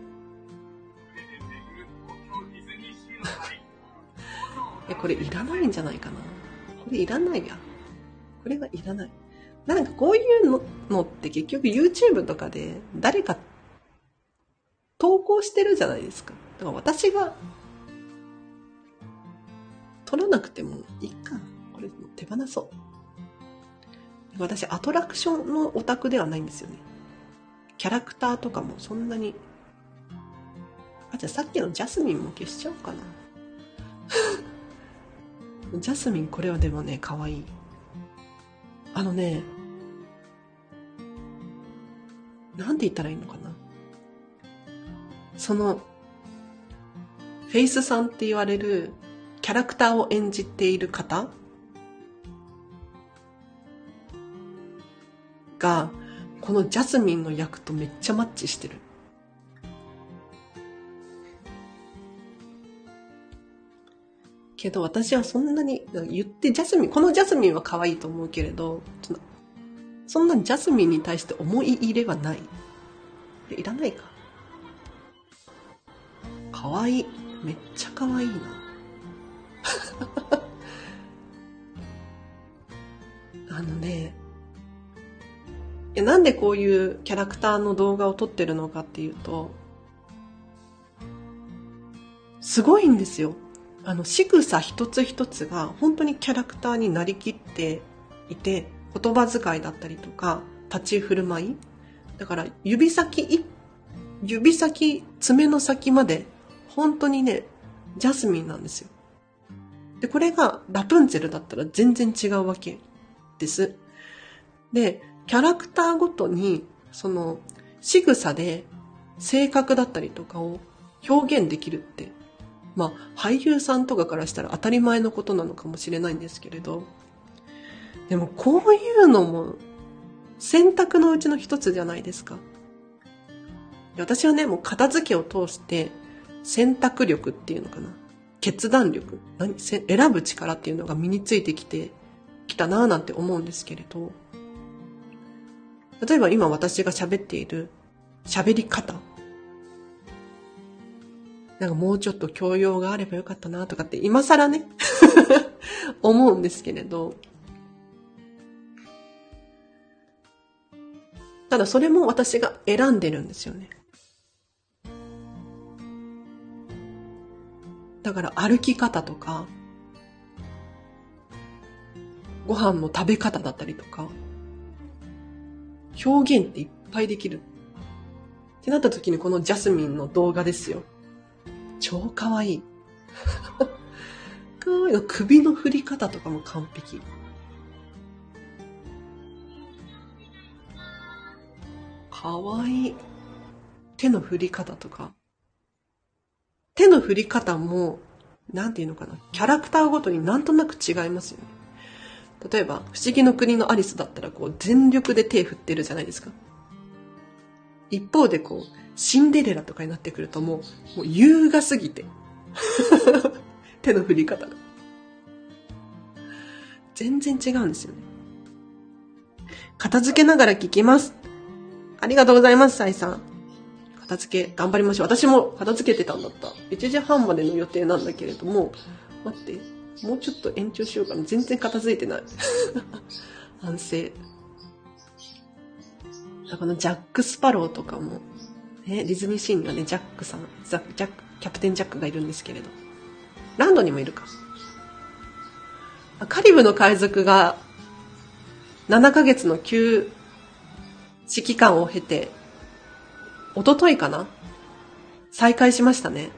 これいらないんじゃないかな。これいらないや。これはいらない。こういうのって結局 YouTube とかで誰か投稿してるじゃないですか。だから私が撮らなくてもいいか。これ手放そう。私アトラクションのオタクではないんですよね。キャラクターとかもそんなに。じゃあさっきのジャスミンも消しちゃおうかな。ジャスミンこれはでもね、可愛い。なんて言ったらいいのかな。その、フェイスさんって言われるキャラクターを演じている方が、このジャスミンの役とめっちゃマッチしてる。けど私はそんなに言ってこのジャスミンは可愛いと思うけれど、そんなジャスミンに対して思い入れはない。いらないか。可愛い。めっちゃ可愛いな。なんでこういうキャラクターの動画を撮ってるのかっていうと、すごいんですよ。仕草一つ一つが本当にキャラクターになりきっていて、言葉遣いだったりとか、立ち振る舞い。だから指先、爪の先まで、本当にね、ジャスミンなんですよ。で、これがラプンツェルだったら全然違うわけです。で、キャラクターごとに、その、仕草で性格だったりとかを表現できるって、まあ俳優さんとかからしたら当たり前のことなのかもしれないんですけれど、でもこういうのも選択のうちの一つじゃないですか。私はね、もう片付けを通して選択力っていうのかな、決断力、選ぶ力っていうのが身についてきたなぁなんて思うんですけれど、例えば今私が喋っている喋り方、なんかもうちょっと教養があればよかったなとかって今更ね思うんですけれど、ただそれも私が選んでるんですよね。だから歩き方とかご飯の食べ方だったりとか表現っていっぱいできるってなった時に、このジャスミンの動画ですよ。超かわいい。かわいいの。首の振り方とかも完璧。かわいい。手の振り方とか。手の振り方も、なんていうのかな。キャラクターごとになんとなく違いますよね。例えば、不思議の国のアリスだったら、こう、全力で手振ってるじゃないですか。一方で、こう、シンデレラとかになってくるともう優雅すぎて。手の振り方が。全然違うんですよね。片付けながら聞きます。ありがとうございます、サイさん。片付け頑張りましょう。私も片付けてたんだった。1時半までの予定なんだけれども、待って、もうちょっと延長しようかな。全然片付いてない。反省。このジャック・スパローとかも、ね、ディズニーシーにはね、ジャックさん、キャプテンジャックがいるんですけれど。ランドにもいるか。カリブの海賊が7ヶ月の休止期間を経て、一昨日かな？再開しましたね。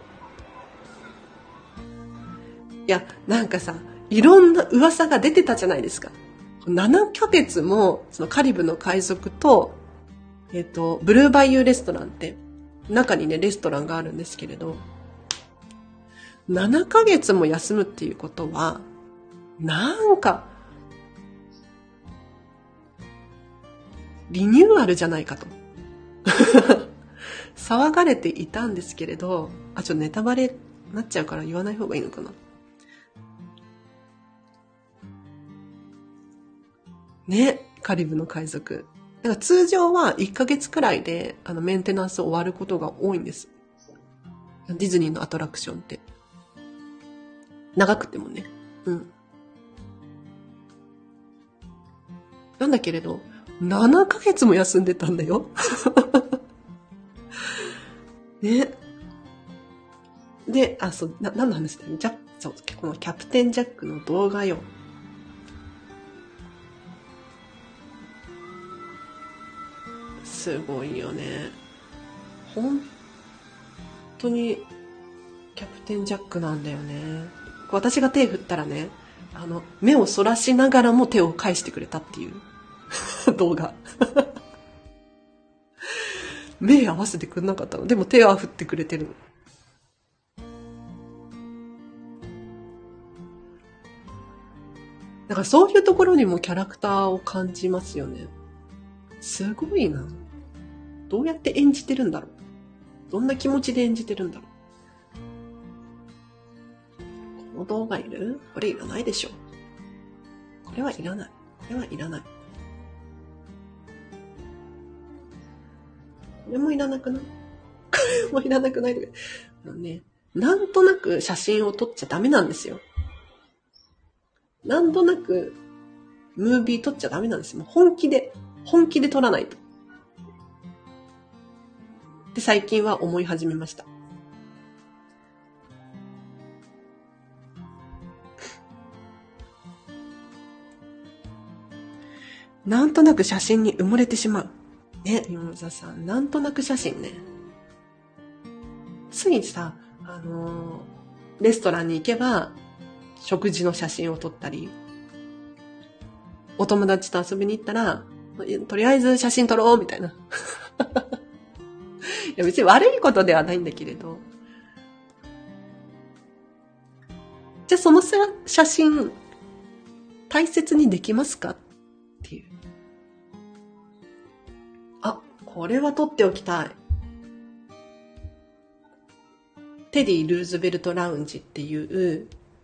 いや、なんかさ、いろんな噂が出てたじゃないですか。7ヶ月も、そのカリブの海賊と、ブルーバイユーレストランって、中にね、レストランがあるんですけれど、7ヶ月も休むっていうことは、なんか、リニューアルじゃないかと。騒がれていたんですけれど、ちょっとネタバレになっちゃうから言わない方がいいのかな。ね、カリブの海賊。だから通常は1ヶ月くらいでメンテナンス終わることが多いんです。ディズニーのアトラクションって。長くてもね。うん。なんだけれど、7ヶ月も休んでたんだよ。ね。で、そう、何の話だよ。そう、このキャプテンジャックの動画よ。すごいよね。本当にキャプテンジャックなんだよね。私が手振ったらね、目をそらしながらも手を返してくれたっていう動画。目合わせてくれなかったの。でも手は振ってくれてるの。だからそういうところにもキャラクターを感じますよね。すごいな。どうやって演じてるんだろう。どんな気持ちで演じてるんだろう。この動画いる？これいらないでしょ。これはいらない。これはいらない。これもいらなくない？これもいらなくない？ね、なんとなく写真を撮っちゃダメなんですよ。なんとなくムービー撮っちゃダメなんですよ。本気で撮らないと。で、最近は思い始めました。なんとなく写真に埋もれてしまう。ね、山田さん、なんとなく写真ね。ついさ、レストランに行けば、食事の写真を撮ったり、お友達と遊びに行ったら、とりあえず写真撮ろうみたいな。いや別に悪いことではないんだけれど、 じゃあその写真、大切にできますかっていう。あ、これは撮っておきたい。テディ・ルーズベルト・ラウンジっていう、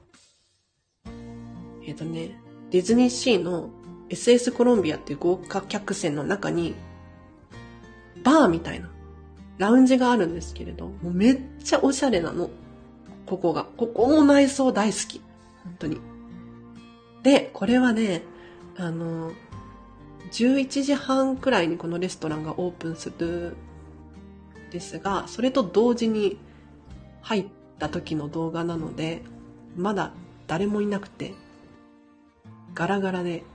ディズニーシーの SS コロンビアっていう豪華客船の中に、バーみたいな、ラウンジがあるんですけれど、もうめっちゃおしゃれなの。ここも内装大好き。本当に。で、これはね、11時半くらいにこのレストランがオープンするんですが、それと同時に入った時の動画なので、まだ誰もいなくて、ガラガラで、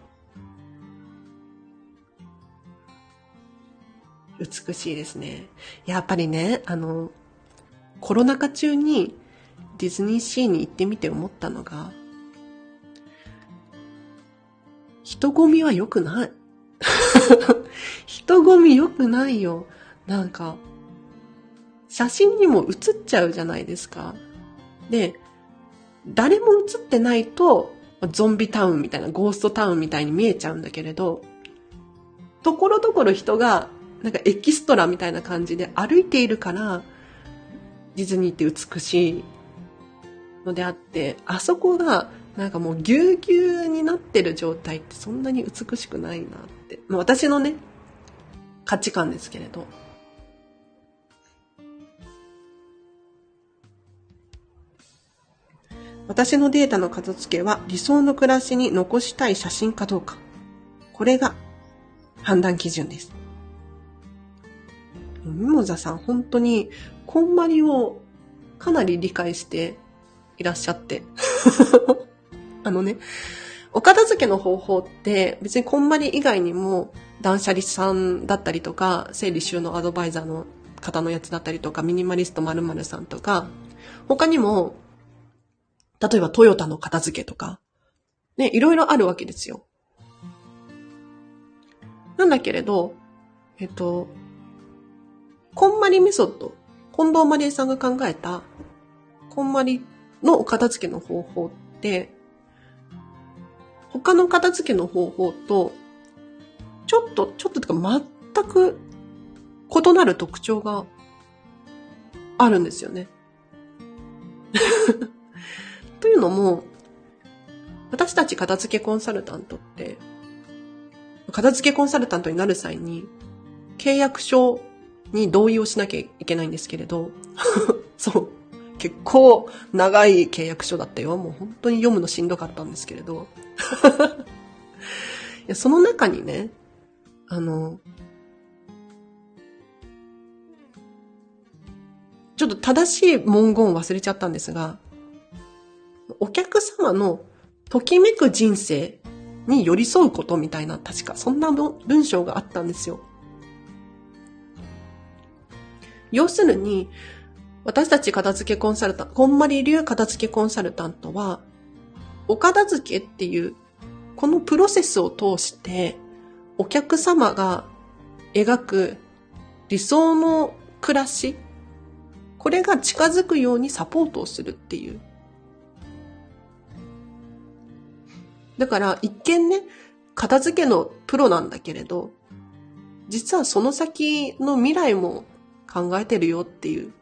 美しいですね。やっぱりね、コロナ禍中にディズニーシーに行ってみて思ったのが、人混みは良くない。人混み良くないよ。なんか、写真にも写っちゃうじゃないですか。で、誰も写ってないと、ゾンビタウンみたいな、ゴーストタウンみたいに見えちゃうんだけれど、ところどころ人が、なんかエキストラみたいな感じで歩いているから、ディズニーって美しいのであって、あそこがなんかもうぎゅうぎゅうになってる状態ってそんなに美しくないなって。私のね、価値観ですけれど。私のデータの片付けは理想の暮らしに残したい写真かどうか。これが判断基準です。ミモザさん、本当に、こんまりをかなり理解していらっしゃって。お片付けの方法って別にこんまり以外にも断捨離さんだったりとか、整理収納アドバイザーの方のやつだったりとか、ミニマリスト〇〇さんとか、他にも、例えばトヨタの片付けとか、ね、いろいろあるわけですよ。なんだけれど、こんまりメソッド、近藤まりえさんが考えた、こんまりのお片付けの方法って、他の片付けの方法と、ちょっととか全く異なる特徴があるんですよね。というのも、私たち片付けコンサルタントって、片付けコンサルタントになる際に、契約書に同意をしなきゃいけないんですけれど、そう、結構長い契約書だったよ。もう本当に読むのしんどかったんですけれど。いや、その中にね、ちょっと正しい文言を忘れちゃったんですが、お客様のときめく人生に寄り添うことみたいな、確かそんな文章があったんですよ。要するに、私たち片付けコンサルタント、こんまり流片付けコンサルタントは、お片付けっていう、このプロセスを通して、お客様が描く理想の暮らし、これが近づくようにサポートをするっていう。だから一見ね、片付けのプロなんだけれど、実はその先の未来も考えてるよっていう。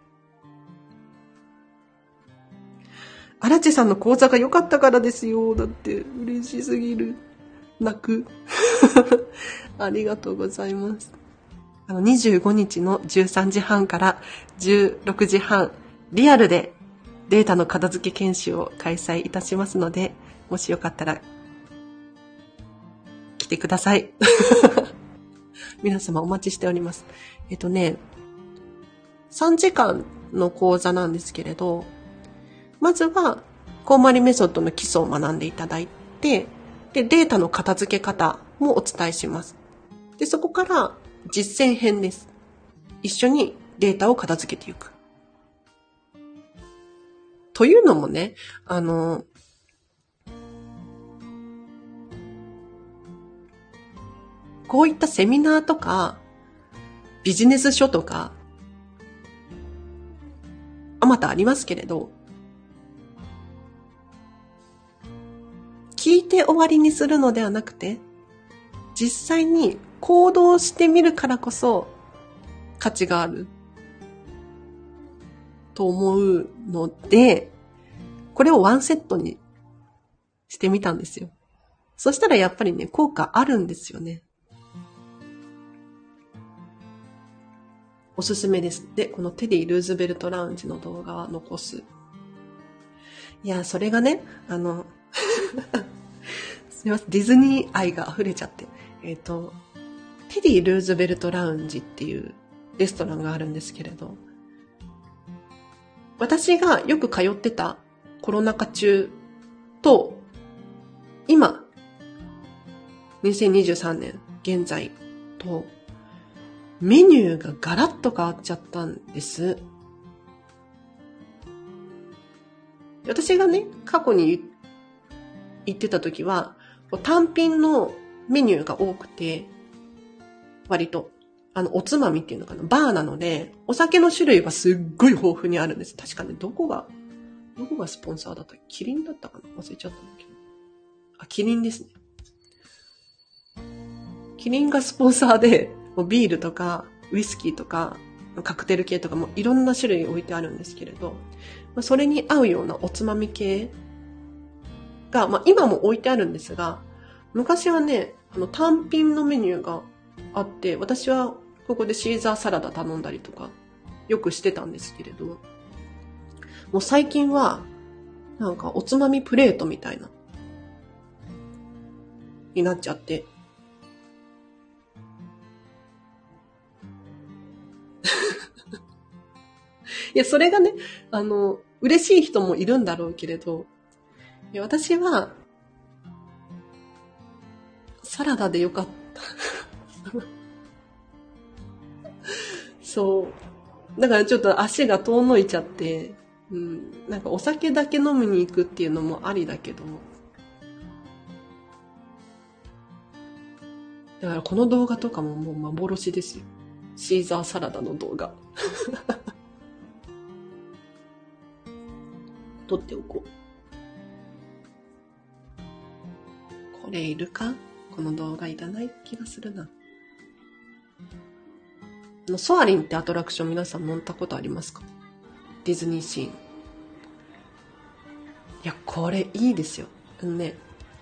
荒地さんの講座が良かったからですよ。だって嬉しすぎる。泣く。ありがとうございます。25日の13時半から16時半、リアルでデータの片付け研修を開催いたしますので、もしよかったら来てください。皆様お待ちしております。3時間の講座なんですけれど、まずは、こんまりメソッドの基礎を学んでいただいて、で、データの片付け方もお伝えします。で、そこから実践編です。一緒にデータを片付けていく。というのもね、こういったセミナーとか、ビジネス書とか、あまたありますけれど、 聞いて終わりにするのではなくて、実際に行動してみるからこそ価値があると思うので、これをワンセットにしてみたんですよ。そしたらやっぱりね、効果あるんですよね。おすすめです。で、このテディ・ルーズベルトラウンジの動画は残す。いや、それがね、すみません、ディズニー愛が溢れちゃって。テディ・ルーズベルトラウンジっていうレストランがあるんですけれど、私がよく通ってたコロナ禍中と、今、2023年現在と、メニューがガラッと変わっちゃったんです。私がね、過去に行ってた時は、単品のメニューが多くて、割と、おつまみっていうのかな、バーなので、お酒の種類がすっごい豊富にあるんです。確かね、どこがスポンサーだったっけ？キリンだったかな？忘れちゃったんだけど。あ、キリンですね。キリンがスポンサーで、ビールとか、ウイスキーとか、カクテル系とかもいろんな種類置いてあるんですけれど、それに合うようなおつまみ系が、今も置いてあるんですが、昔はね、単品のメニューがあって、私はここでシーザーサラダ頼んだりとか、よくしてたんですけれど、もう最近は、なんかおつまみプレートみたいな、になっちゃって、いや、それがね、嬉しい人もいるんだろうけれど、いや、私は、サラダでよかった。そう。だからちょっと足が遠のいちゃって、なんかお酒だけ飲みに行くっていうのもありだけど、だからこの動画とかももう幻ですよ。シーザーサラダの動画。撮っておこう。これいるか？この動画いらない気がするな。ソアリンってアトラクション皆さん乗ったことありますか？ディズニーシー。いや、これいいですよ。ね。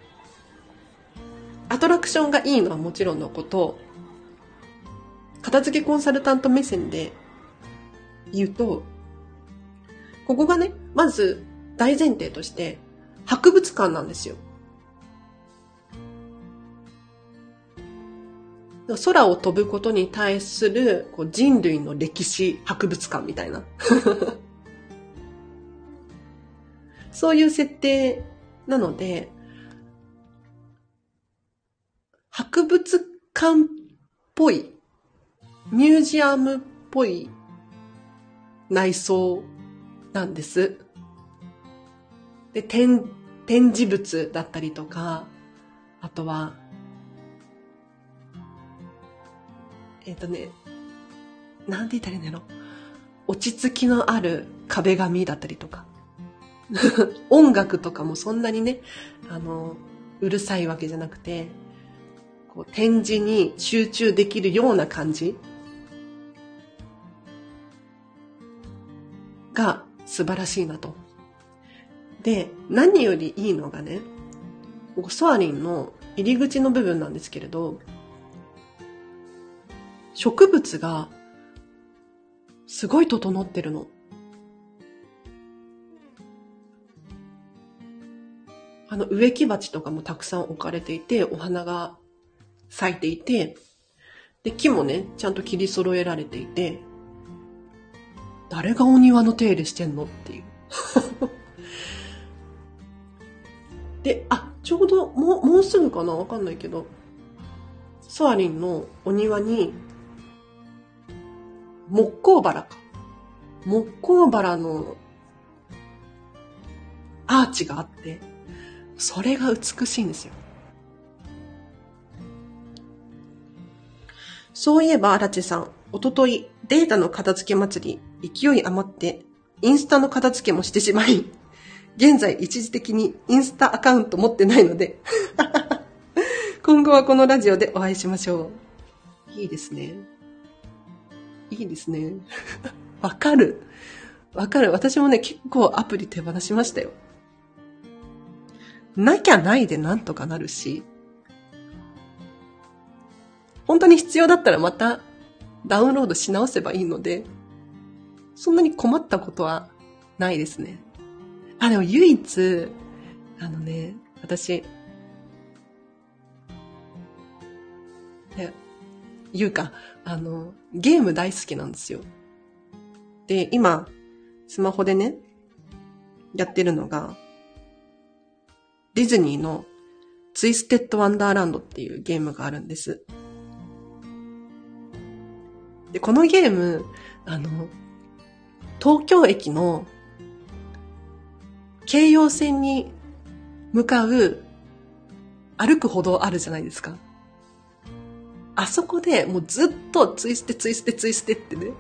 アトラクションがいいのはもちろんのこと、片付けコンサルタント目線で言うと、ここがね、まず大前提として博物館なんですよ。空を飛ぶことに対する人類の歴史博物館みたいな。そういう設定なので、博物館っぽい、ミュージアムっぽい内装なんです。で、展示物だったりとか、あとは、なんて言ったらいいんだろう。落ち着きのある壁紙だったりとか。音楽とかもそんなにね、うるさいわけじゃなくて、展示に集中できるような感じが素晴らしいなと。で、何よりいいのがね、ソアリンの入り口の部分なんですけれど、植物がすごい整ってるの。植木鉢とかもたくさん置かれていて、お花が咲いていて、で、木もね、ちゃんと切り揃えられていて、誰がお庭の手入れしてんのっていう。で、ちょうどもうすぐかな？わかんないけど、ソアリンのお庭に、木工バラのアーチがあって、それが美しいんですよ。そういえば、荒地さん、おととい、データの片付け祭り、勢い余って、インスタの片付けもしてしまい、 現在一時的にインスタアカウント持ってないので、今後はこのラジオでお会いしましょう。いいですね。いいですね。わかる。私もね、結構アプリ手放しましたよ。なきゃないでなんとかなるし、本当に必要だったらまたダウンロードし直せばいいので、そんなに困ったことはないですね。でも唯一、私、ゲーム大好きなんですよ。で、今、スマホでね、やってるのが、ディズニーのツイステッドワンダーランドっていうゲームがあるんです。で、このゲーム、東京駅の京葉線に向かう歩く歩道あるじゃないですか。あそこでもうずっとツイステってね、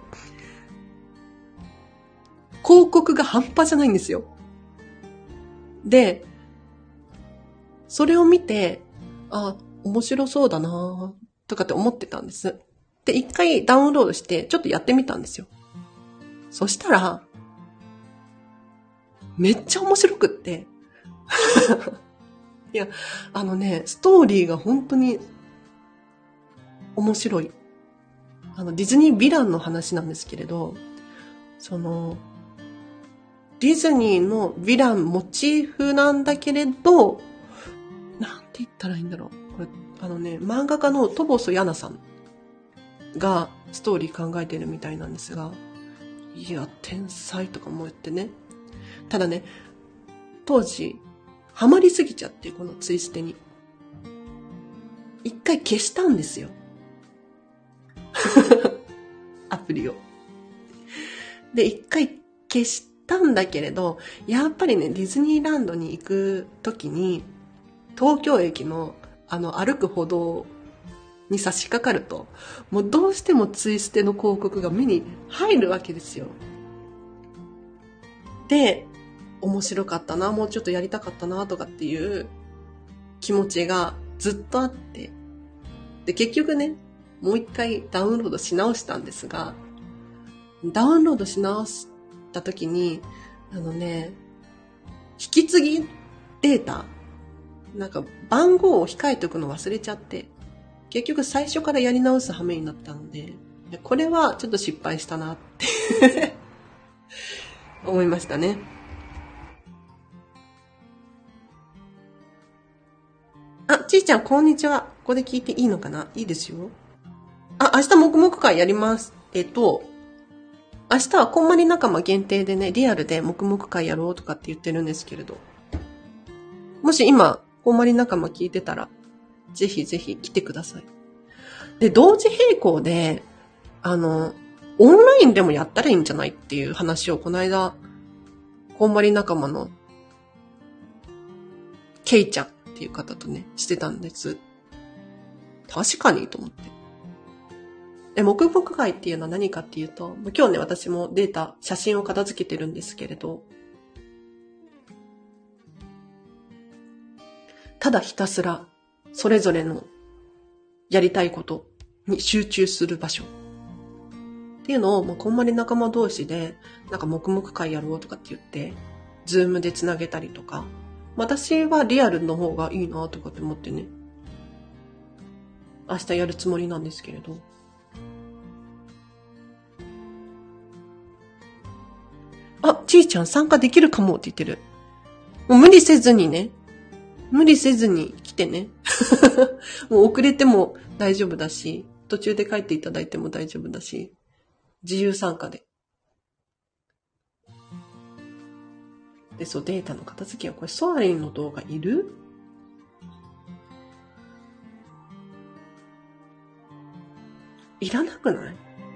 広告が半端じゃないんですよ。で、それを見て、面白そうだなとかって思ってたんです。で、一回ダウンロードしてちょっとやってみたんですよ。そしたら、めっちゃ面白くって。いや、ストーリーが本当に面白い。ディズニーヴィランの話なんですけれど、ディズニーのヴィランモチーフなんだけれど、なんて言ったらいいんだろう。これ、漫画家の戸細ヤナさんがストーリー考えてるみたいなんですが、いや、天才とかも言ってね。ただね、当時、ハマりすぎちゃって、このツイステに。一回消したんですよ。アプリを。で、一回消したんだけれど、やっぱりね、ディズニーランドに行くときに、東京駅の歩く歩道に差し掛かると、もうどうしてもツイステの広告が目に入るわけですよ。で、面白かったな、もうちょっとやりたかったな、とかっていう気持ちがずっとあって、で、結局ね、もう一回ダウンロードし直したんですが、ダウンロードし直した時に、引き継ぎデータ、番号を控えておくの忘れちゃって、結局最初からやり直す羽目になったので、これはちょっと失敗したなって思いましたね。ちーちゃんこんにちは。ここで聞いていいのかな？いいですよ。明日黙々会やります。明日はこんまり仲間限定でね、リアルで黙々会やろうとかって言ってるんですけれど。もし今、こんまり仲間聞いてたら、ぜひぜひ来てください。で、同時並行で、オンラインでもやったらいいんじゃないっていう話をこの間、こんまり仲間の、ケイちゃんっていう方とね、してたんです。確かにと思って。黙々会っていうのは何かっていうと、今日ね、私もデータ、写真を片付けてるんですけれど、ただひたすら、それぞれのやりたいことに集中する場所っていうのを、こんまり仲間同士で、黙々会やろうとかって言って、ズームでつなげたりとか、私はリアルの方がいいなとかって思ってね、明日やるつもりなんですけれど、ちーちゃん参加できるかもって言ってる。もう無理せずに来てね。もう遅れても大丈夫だし、途中で帰っていただいても大丈夫だし、自由参加で。で、そう、データの片付けは、これソアリンの動画いる？いらなくない？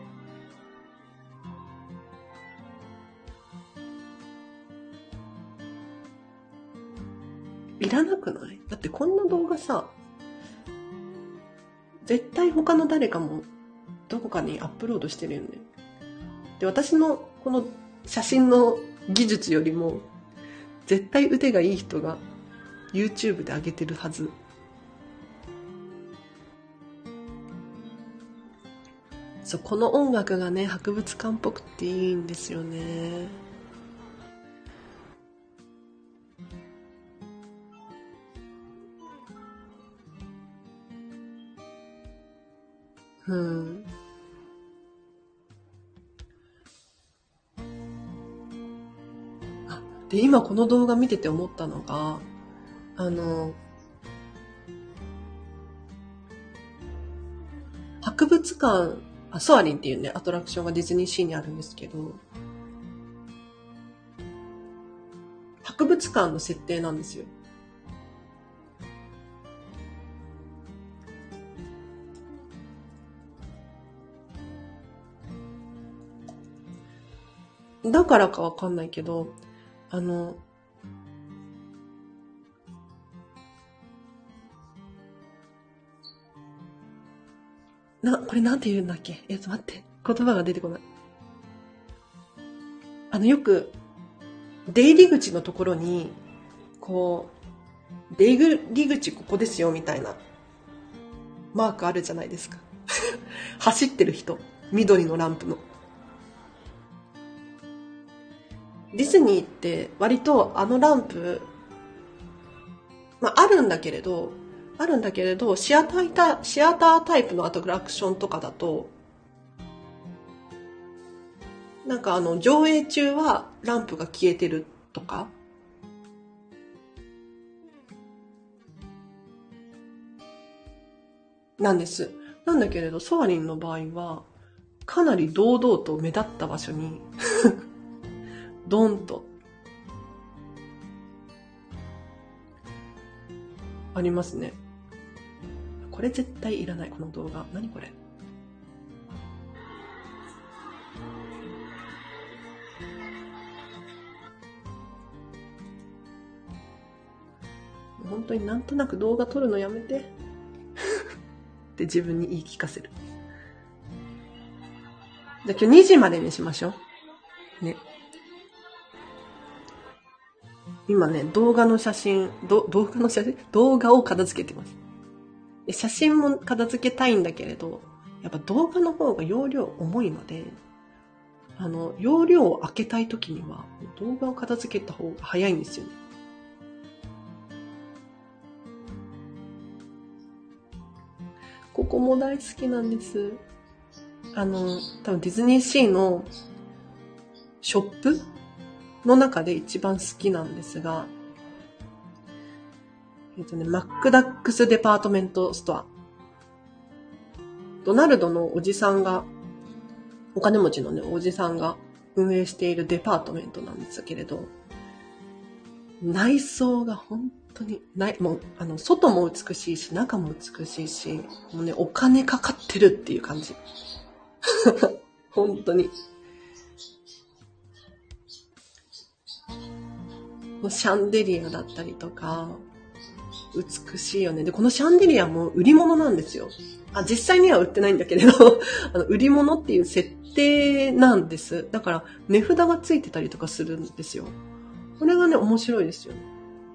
いらなくない？だってこんな動画さ、絶対他の誰かもどこかにアップロードしてるよね。で、私のこの写真の技術よりも絶対腕がいい人が YouTube で上げてるはず。そう、この音楽がね、博物館っぽくていいんですよね。うん。で、今この動画見てて思ったのが、博物館、ソアリンっていうね、アトラクションがディズニーシーにあるんですけど、博物館の設定なんですよ。だからかわかんないけど、これなんて言うんだっけ？待って。言葉が出てこない。よく、出入り口のところに、こう、出入り口ここですよ、みたいな、マークあるじゃないですか。走ってる人。緑のランプの。ディズニーって割とあのランプ、あるんだけれど、シアタータイプのアトラクションとかだと、なんか上映中はランプが消えてるとか、なんです。なんだけれど、ソアリンの場合は、かなり堂々と目立った場所に、ドンと、ありますね。これ絶対いらない、この動画。何これ？本当になんとなく動画撮るのやめて。って自分に言い聞かせる。じゃあ今日2時までにしましょう。ね。今ね、動画を片付けてます。写真も片付けたいんだけれど、やっぱ動画の方が容量重いので、容量を開けたい時には動画を片付けた方が早いんですよね。ここも大好きなんです。多分ディズニーシーのショップの中で一番好きなんですが、マックダックスデパートメントストア。ドナルドのおじさんが、お金持ちのね、おじさんが運営しているデパートメントなんですけれど、内装が本当に、もう、外も美しいし、中も美しいし、もうね、お金かかってるっていう感じ。本当に。シャンデリアだったりとか、美しいよね。で、このシャンデリアも売り物なんですよ。実際には売ってないんだけれど、売り物っていう設定なんです。だから、値札がついてたりとかするんですよ。これがね、面白いですよね。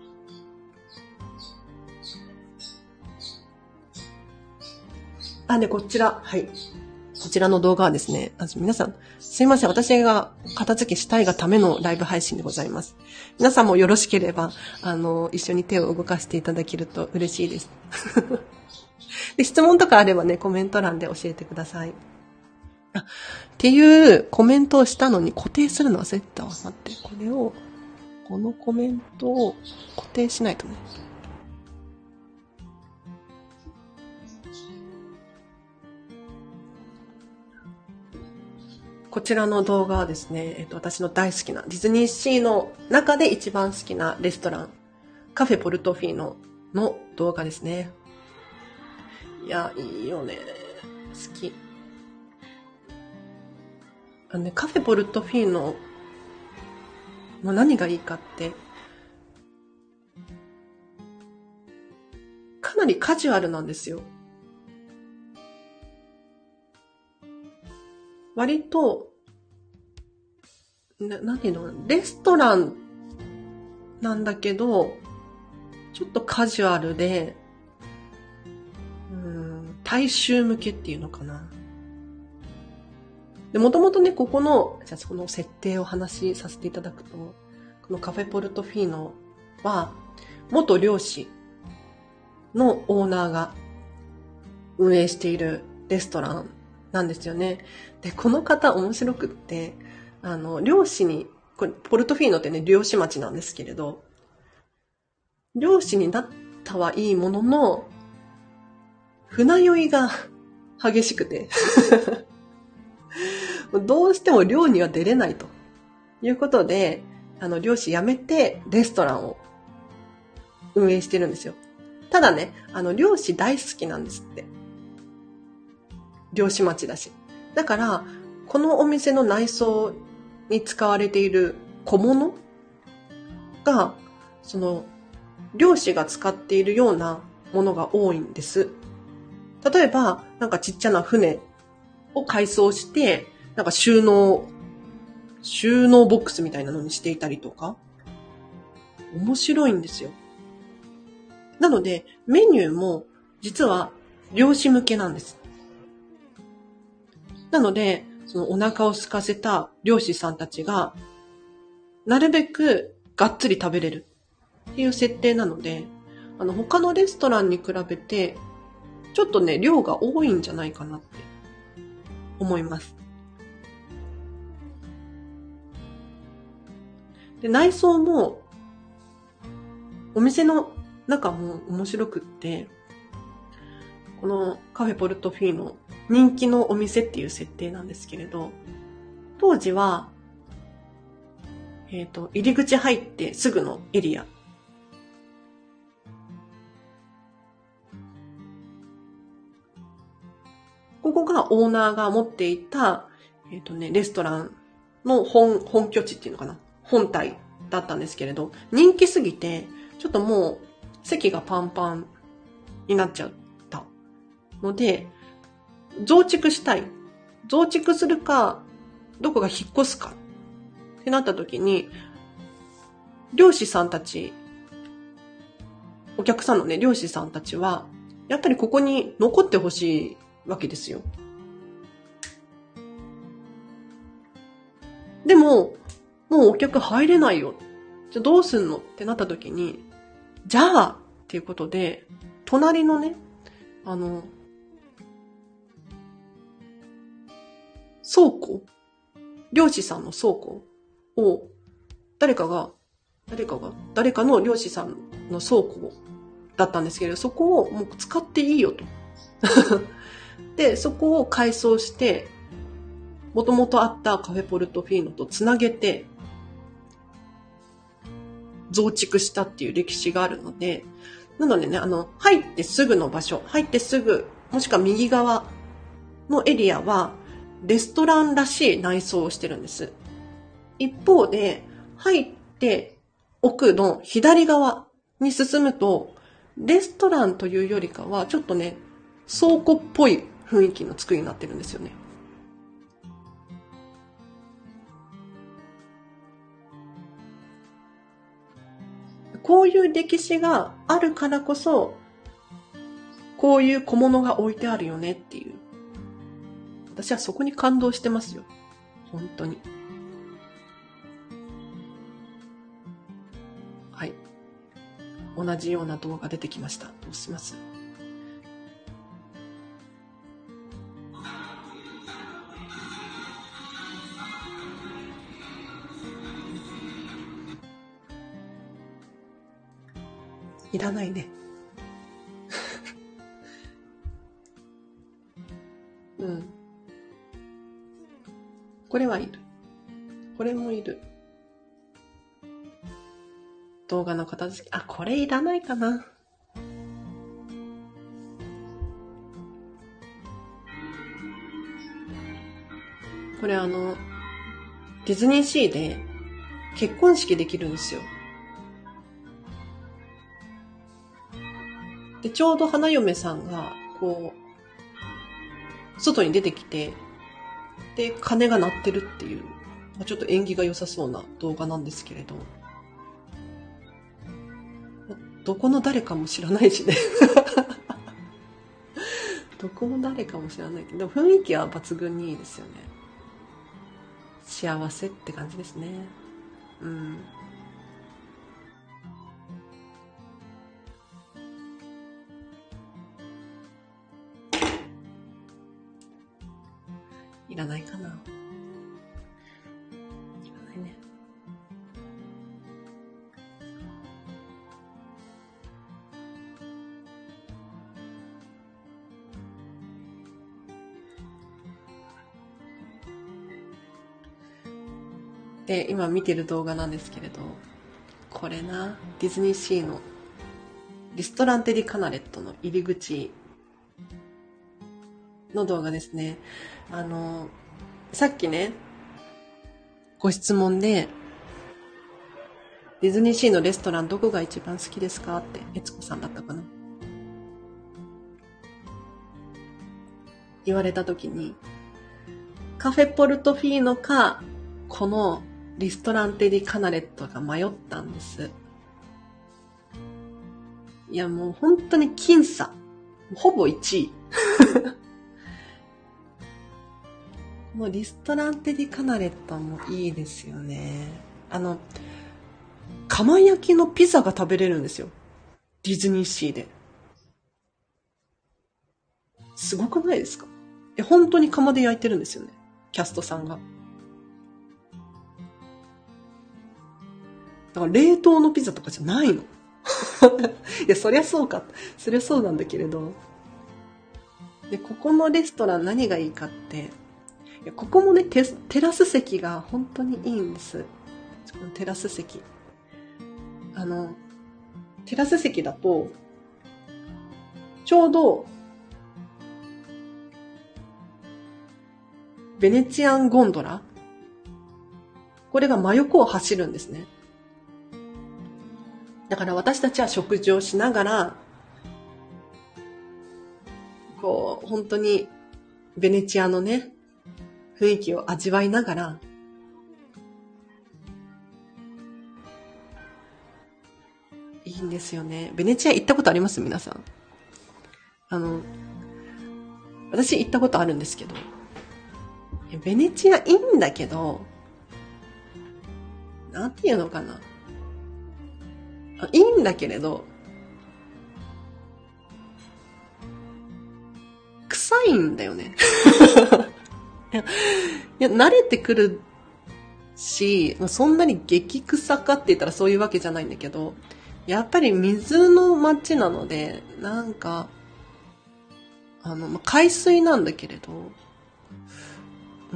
で、こちら。はい。こちらの動画はですね、皆さん、すいません。私が片付けしたいがためのライブ配信でございます。皆さんもよろしければ、一緒に手を動かしていただけると嬉しいです。で、質問とかあればね、コメント欄で教えてください。っていうコメントをしたのに固定するの忘れてたわ。待って、このコメントを固定しないとね。こちらの動画はですね、私の大好きなディズニーシーの中で一番好きなレストラン、カフェポルトフィーノの動画ですね。いや、いいよね。好き。カフェポルトフィーノの何がいいかって、かなりカジュアルなんですよ。割と、なんていうの、レストランなんだけど、ちょっとカジュアルで、大衆向けっていうのかな。で、もともとね、この設定を話しさせていただくと、このカフェポルトフィーノは、元漁師のオーナーが運営しているレストランなんですよね。で、この方面白くって、漁師に、これポルトフィーノってね、漁師町なんですけれど、漁師になったはいいものの、船酔いが激しくて、どうしても漁には出れないということで、漁師辞めてレストランを運営してるんですよ。ただね、漁師大好きなんですって。漁師町だし。だから、このお店の内装に使われている小物が、漁師が使っているようなものが多いんです。例えば、なんかちっちゃな船を改装して、なんか収納ボックスみたいなのにしていたりとか、面白いんですよ。なので、メニューも実は漁師向けなんです。なので、お腹を空かせた漁師さんたちが、なるべくがっつり食べれるっていう設定なので、他のレストランに比べて、ちょっとね、量が多いんじゃないかなって思います。で、内装も、お店の中も面白くって、このカフェポルトフィーノ、人気のお店っていう設定なんですけれど、当時は、入り口入ってすぐのエリア。ここがオーナーが持っていた、レストランの本拠地っていうのかな。本体だったんですけれど、人気すぎて、ちょっともう席がパンパンになっちゃったので、増築したい。増築するか、どこが引っ越すかってなった時に、漁師さんたち、お客さんのね、漁師さんたちは、やっぱりここに残ってほしいわけですよ。でも、もうお客入れないよ。じゃあどうすんのってなった時に、じゃあっていうことで、隣のね、漁師さんの倉庫を、誰かの漁師さんの倉庫だったんですけど、そこをもう使っていいよと。で、そこを改装して、もともとあったカフェポルトフィーノとつなげて、増築したっていう歴史があるので、なのでね、入ってすぐの場所、入ってすぐ、もしくは右側のエリアは、レストランらしい内装をしてるんです。一方で、入って奥の左側に進むと、レストランというよりかは、ちょっとね、倉庫っぽい雰囲気の作りになってるんですよね。こういう歴史があるからこそ、こういう小物が置いてあるよねっていう。私はそこに感動してますよ。本当に。はい。同じような動画出てきました。どうします？いらないね。うん。これはいる。これもいる。動画の片付け。あ、これいらないかな。これディズニーシーで結婚式できるんですよ。で、ちょうど花嫁さんが、外に出てきて、で、鐘が鳴ってるっていう、ちょっと縁起が良さそうな動画なんですけれど、 どこの誰かも知らないしね。どこの誰かも知らないけど、雰囲気は抜群にいいですよね。幸せって感じですね。うん。いらないかな。いらないね。で、今見てる動画なんですけれど、これな、ディズニーシーのリストランテ・ディ・カナレットの入り口の動画ですね。さっきね、ご質問で、ディズニーシーのレストランどこが一番好きですかって、悦子さんだったかな。言われたときに、カフェポルトフィーノか、このリストランテ・ディ・カナレットが迷ったんです。いやもう本当に僅差。ほぼ1位。もうリストランテ・ディ・カナレットもいいですよね。釜焼きのピザが食べれるんですよ。ディズニーシーで。すごくないですか？本当に釜で焼いてるんですよね。キャストさんが。だから冷凍のピザとかじゃないの。いや、そりゃそうか。そりゃそうなんだけれど。で、ここのレストラン何がいいかって、いやここもね、テラス席が本当にいいんです。このテラス席。テラス席だと、ちょうど、ベネチアンゴンドラ、これが真横を走るんですね。だから私たちは食事をしながら、こう、本当にベネチアのね、雰囲気を味わいながら、いいんですよね。ベネチア行ったことあります皆さん。私行ったことあるんですけど、ベネチアいいんだけど、なんていうのかな。いいんだけれど、臭いんだよね。いや、慣れてくるし、そんなに激臭かって言ったらそういうわけじゃないんだけど、やっぱり水の街なので、なんか、海水なんだけれど、うん。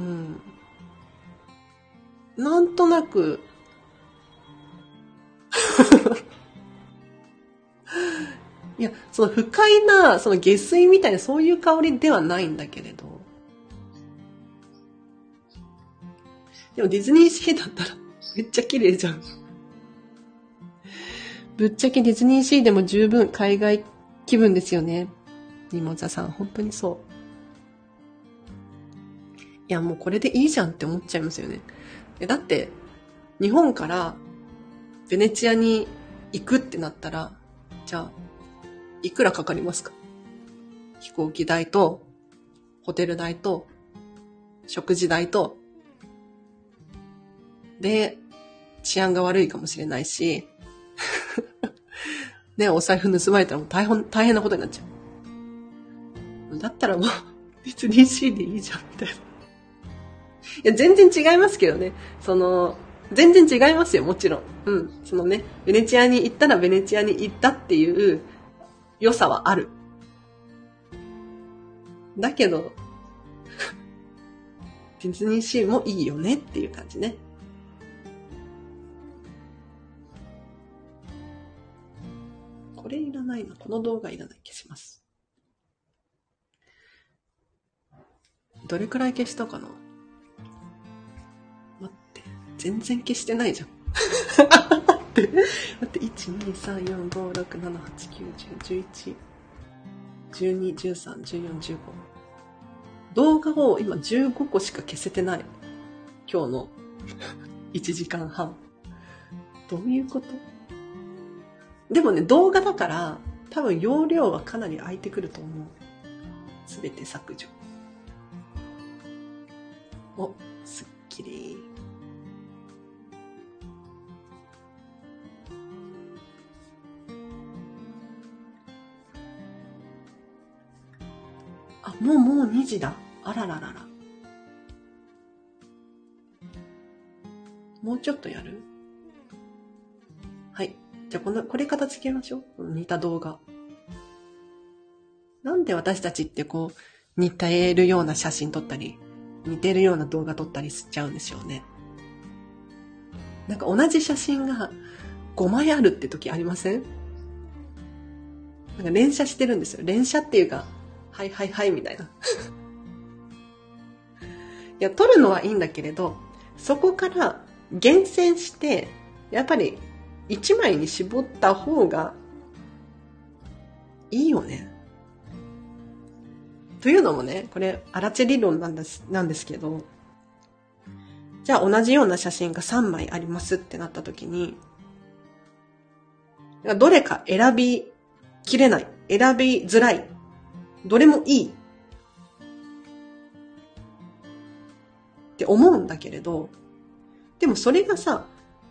なんとなく、いや、その不快な、その下水みたいなそういう香りではないんだけれど、でもディズニーシーだったらめっちゃ綺麗じゃん。ぶっちゃけディズニーシーでも十分海外気分ですよね。ミモザさん、本当にそう。いや、もうこれでいいじゃんって思っちゃいますよね。だって、日本からベネチアに行くってなったら、じゃあ、いくらかかりますか？飛行機代と、ホテル代と、食事代と、で、治安が悪いかもしれないし、ね、お財布盗まれたらもう大変なことになっちゃう。だったらもう、ディズニーシーでいいじゃん、みたいな。いや、全然違いますけどね。全然違いますよ、もちろん。うん。ベネチアに行ったらベネチアに行ったっていう良さはある。だけど、ディズニーシーもいいよねっていう感じね。これいらないな。この動画いらない。消します。どれくらい消したかな？待って。全然消してないじゃん。待って。1、2、3、4、5、6、7、8、9、10、11、12、13、14、15。動画を今15個しか消せてない。今日の1時間半。どういうこと？ でもね、動画だから、多分容量はかなり空いてくると思う。すべて削除。お、すっきり。あ、もう2時だ。あらららら。もうちょっとやる？はい。じゃあこれ片付けましょう。似た動画。なんで私たちってこう、似てるような写真撮ったり、似てるような動画撮ったりしちゃうんでしょうね。なんか同じ写真が5枚あるって時ありません？なんか連写してるんですよ。連写っていうか、はいはいはいみたいな。いや、撮るのはいいんだけれど、そこから厳選して、やっぱり1枚に絞った方がいいよね。というのもね、これ、アラチェ理論なんですけど、じゃあ同じような写真が3枚ありますってなった時に、どれか選びきれない、選びづらい、どれもいいって思うんだけれど、でもそれがさ、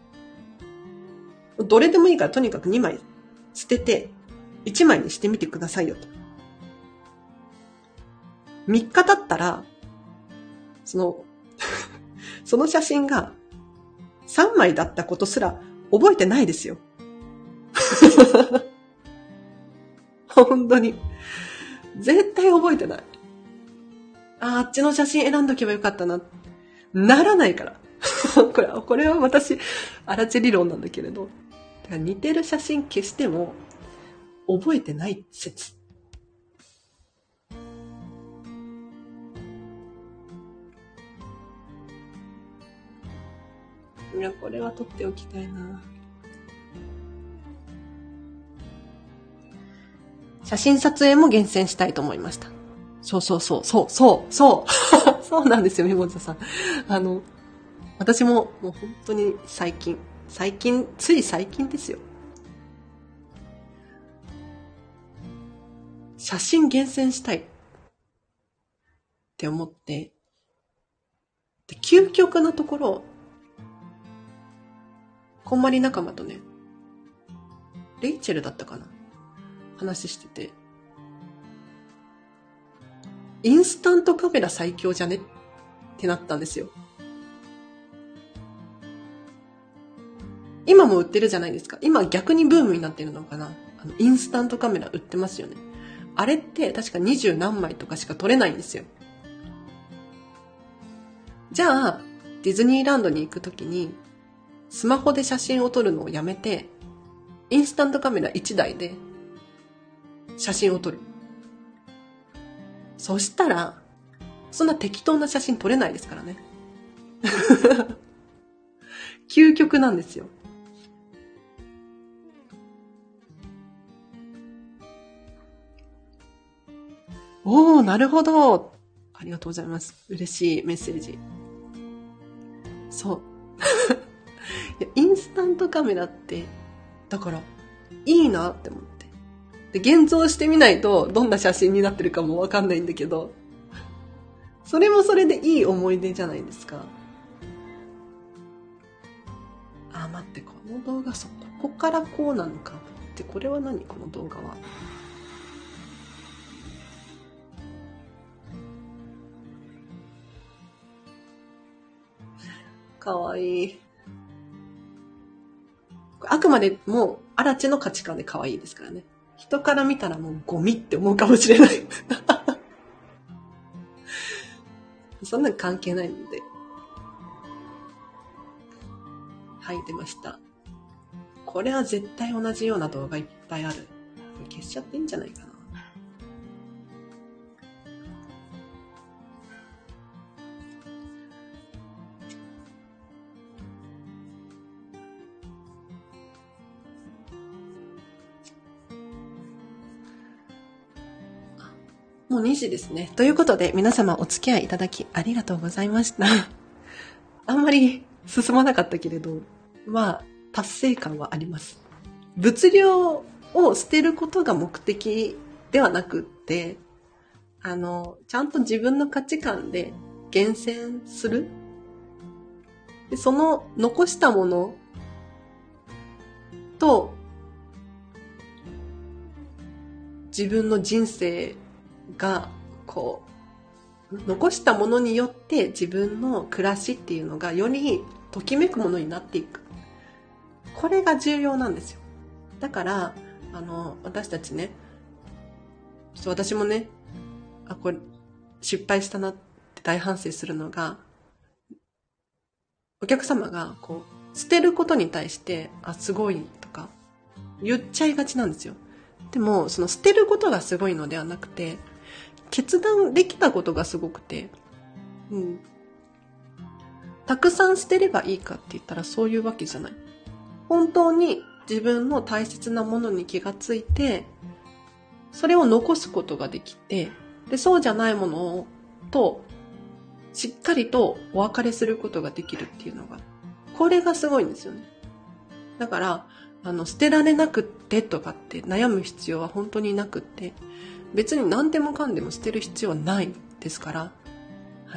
どれでもいいからとにかく2枚捨てて1枚にしてみてくださいよと。3日経ったら、その写真が3枚だったことすら覚えてないですよ。本当に。絶対覚えてない。あっちの写真選んどけばよかったな。ならないから。これは私、アラチェ理論なんだけれど。だから似てる写真消しても覚えてない説。いや、これは撮っておきたいな。写真撮影も厳選したいと思いました。そうそうなんですよ、みもざさん。私ももう本当につい最近ですよ。写真厳選したいって思って、で、究極のところ、こんまり仲間とね、レイチェルだったかな、話してて、インスタントカメラ最強じゃねってなったんですよ。今も売ってるじゃないですか。今逆にブームになってるのかな。インスタントカメラ売ってますよね。あれって確か20何枚とかしか撮れないんですよ。じゃあ、ディズニーランドに行くときに、スマホで写真を撮るのをやめて、インスタントカメラ1台で写真を撮る。そしたら、そんな適当な写真撮れないですからね。究極なんですよ。おー、なるほど。ありがとうございます。嬉しいメッセージ。そう。いや、インスタントカメラって、だから、いいなって思って。で、現像してみないと、どんな写真になってるかもわかんないんだけど、それもそれでいい思い出じゃないですか。あ、待って、この動画、ここからこうなのか。で、これは何この動画は。かわいい。あくまでもアラチの価値観で可愛いですからね。人から見たらもうゴミって思うかもしれない。そんなの関係ないので。はい、出ました。これは絶対同じような動画いっぱいある。消しちゃっていいんじゃないかな。もう2時ですね。ということで、皆様お付き合いいただきありがとうございました。あんまり進まなかったけれど、まあ、達成感はあります。 物量を捨てることが目的ではなくって、ちゃんと自分の価値観で厳選する。で、その残したものと、自分の人生が、残したものによって自分の暮らしっていうのがよりときめくものになっていく。これが重要なんですよ。だから、私たちね、私もね、これ失敗したなって大反省するのが、お客様が捨てることに対して、すごいとか言っちゃいがちなんですよ。でも、その捨てることがすごいのではなくて、決断できたことがすごくて、たくさん捨てればいいかって言ったらそういうわけじゃない。本当に自分の大切なものに気がついて、それを残すことができて、で、そうじゃないものとしっかりとお別れすることができるっていうのが、これがすごいんですよね。だから、捨てられなくってとかって悩む必要は本当になくって、別に何でもかんでも捨てる必要はないですから、はい。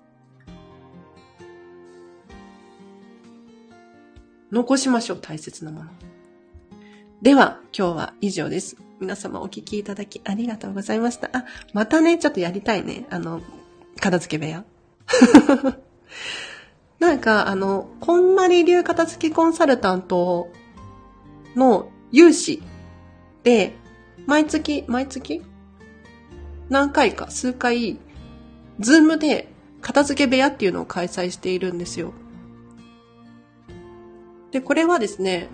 残しましょう、大切なもの。では、今日は以上です。皆様お聞きいただきありがとうございました。またね、ちょっとやりたいね。片付け部屋。なんか、こんまり流片付けコンサルタントの有志で、毎月何回か、数回、ズームで片付け部屋っていうのを開催しているんですよ。で、これはですね、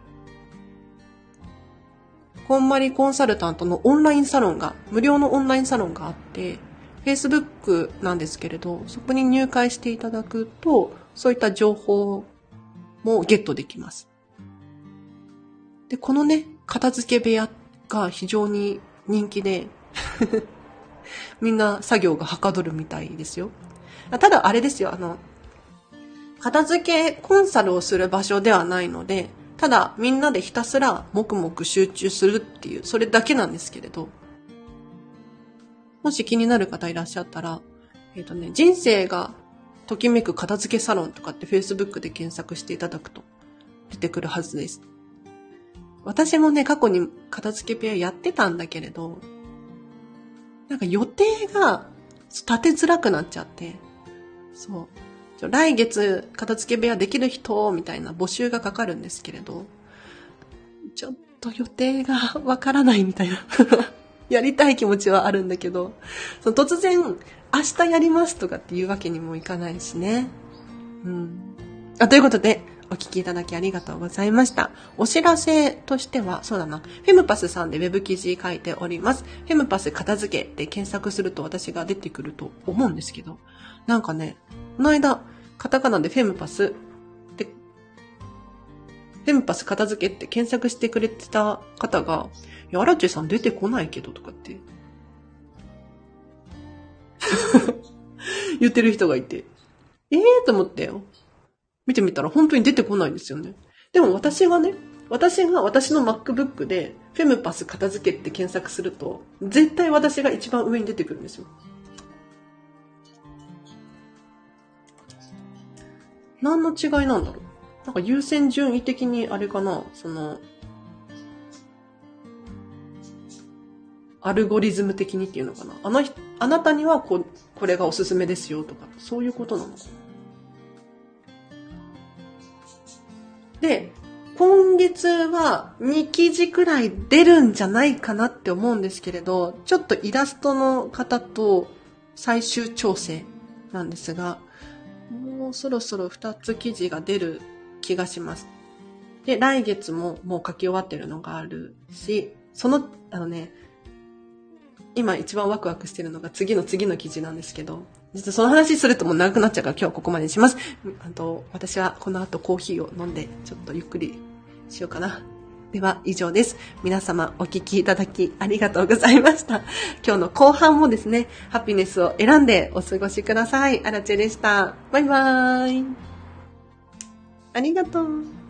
こんまりコンサルタントのオンラインサロンが、無料のオンラインサロンがあって、Facebook なんですけれど、そこに入会していただくと、そういった情報もゲットできます。で、このね、片付け部屋が非常に人気で、みんな作業がはかどるみたいですよ。ただあれですよ、片付けコンサルをする場所ではないので、ただみんなでひたすら黙々集中するっていう、それだけなんですけれど、もし気になる方いらっしゃったら、人生がときめく片付けサロンとかって Facebook で検索していただくと出てくるはずです。私もね、過去に片付け部屋やってたんだけれど、なんか予定が立てづらくなっちゃって、そう。来月片付け部屋できる人みたいな募集がかかるんですけれど、ちょっと予定がわからないみたいな。やりたい気持ちはあるんだけど、突然明日やりますとかっていうわけにもいかないしね。ということで、お聞きいただきありがとうございました。お知らせとしては、そうだな、フェムパスさんでウェブ記事書いております。フェムパス片付けで検索すると私が出てくると思うんですけど、なんかね、この間、カタカナでフェムパスで、フェムパス片付けって検索してくれてた方が、いや、アラチェさん出てこないけどとかって言ってる人がいて、と思ってよ。見てみたら本当に出てこないんですよね。でも私が私の MacBook でフェムパス片付けって検索すると、絶対私が一番上に出てくるんですよ。何の違いなんだろう。なんか優先順位的にあれかな、アルゴリズム的にっていうのかな。あなたにはこれがおすすめですよとか、そういうことなのかな。で、今月は2記事くらい出るんじゃないかなって思うんですけれど、ちょっとイラストの方と最終調整なんですが、もうそろそろ2つ記事が出る気がします。で、来月ももう書き終わってるのがあるし、今一番ワクワクしてるのが次の記事なんですけど、実はその話するともう長くなっちゃうから今日はここまでにします。私はこの後コーヒーを飲んでちょっとゆっくりしようかな。では以上です。皆様お聞きいただきありがとうございました。今日の後半もですね、ハピネスを選んでお過ごしください。アラチェでした。バイバーイ。ありがとう。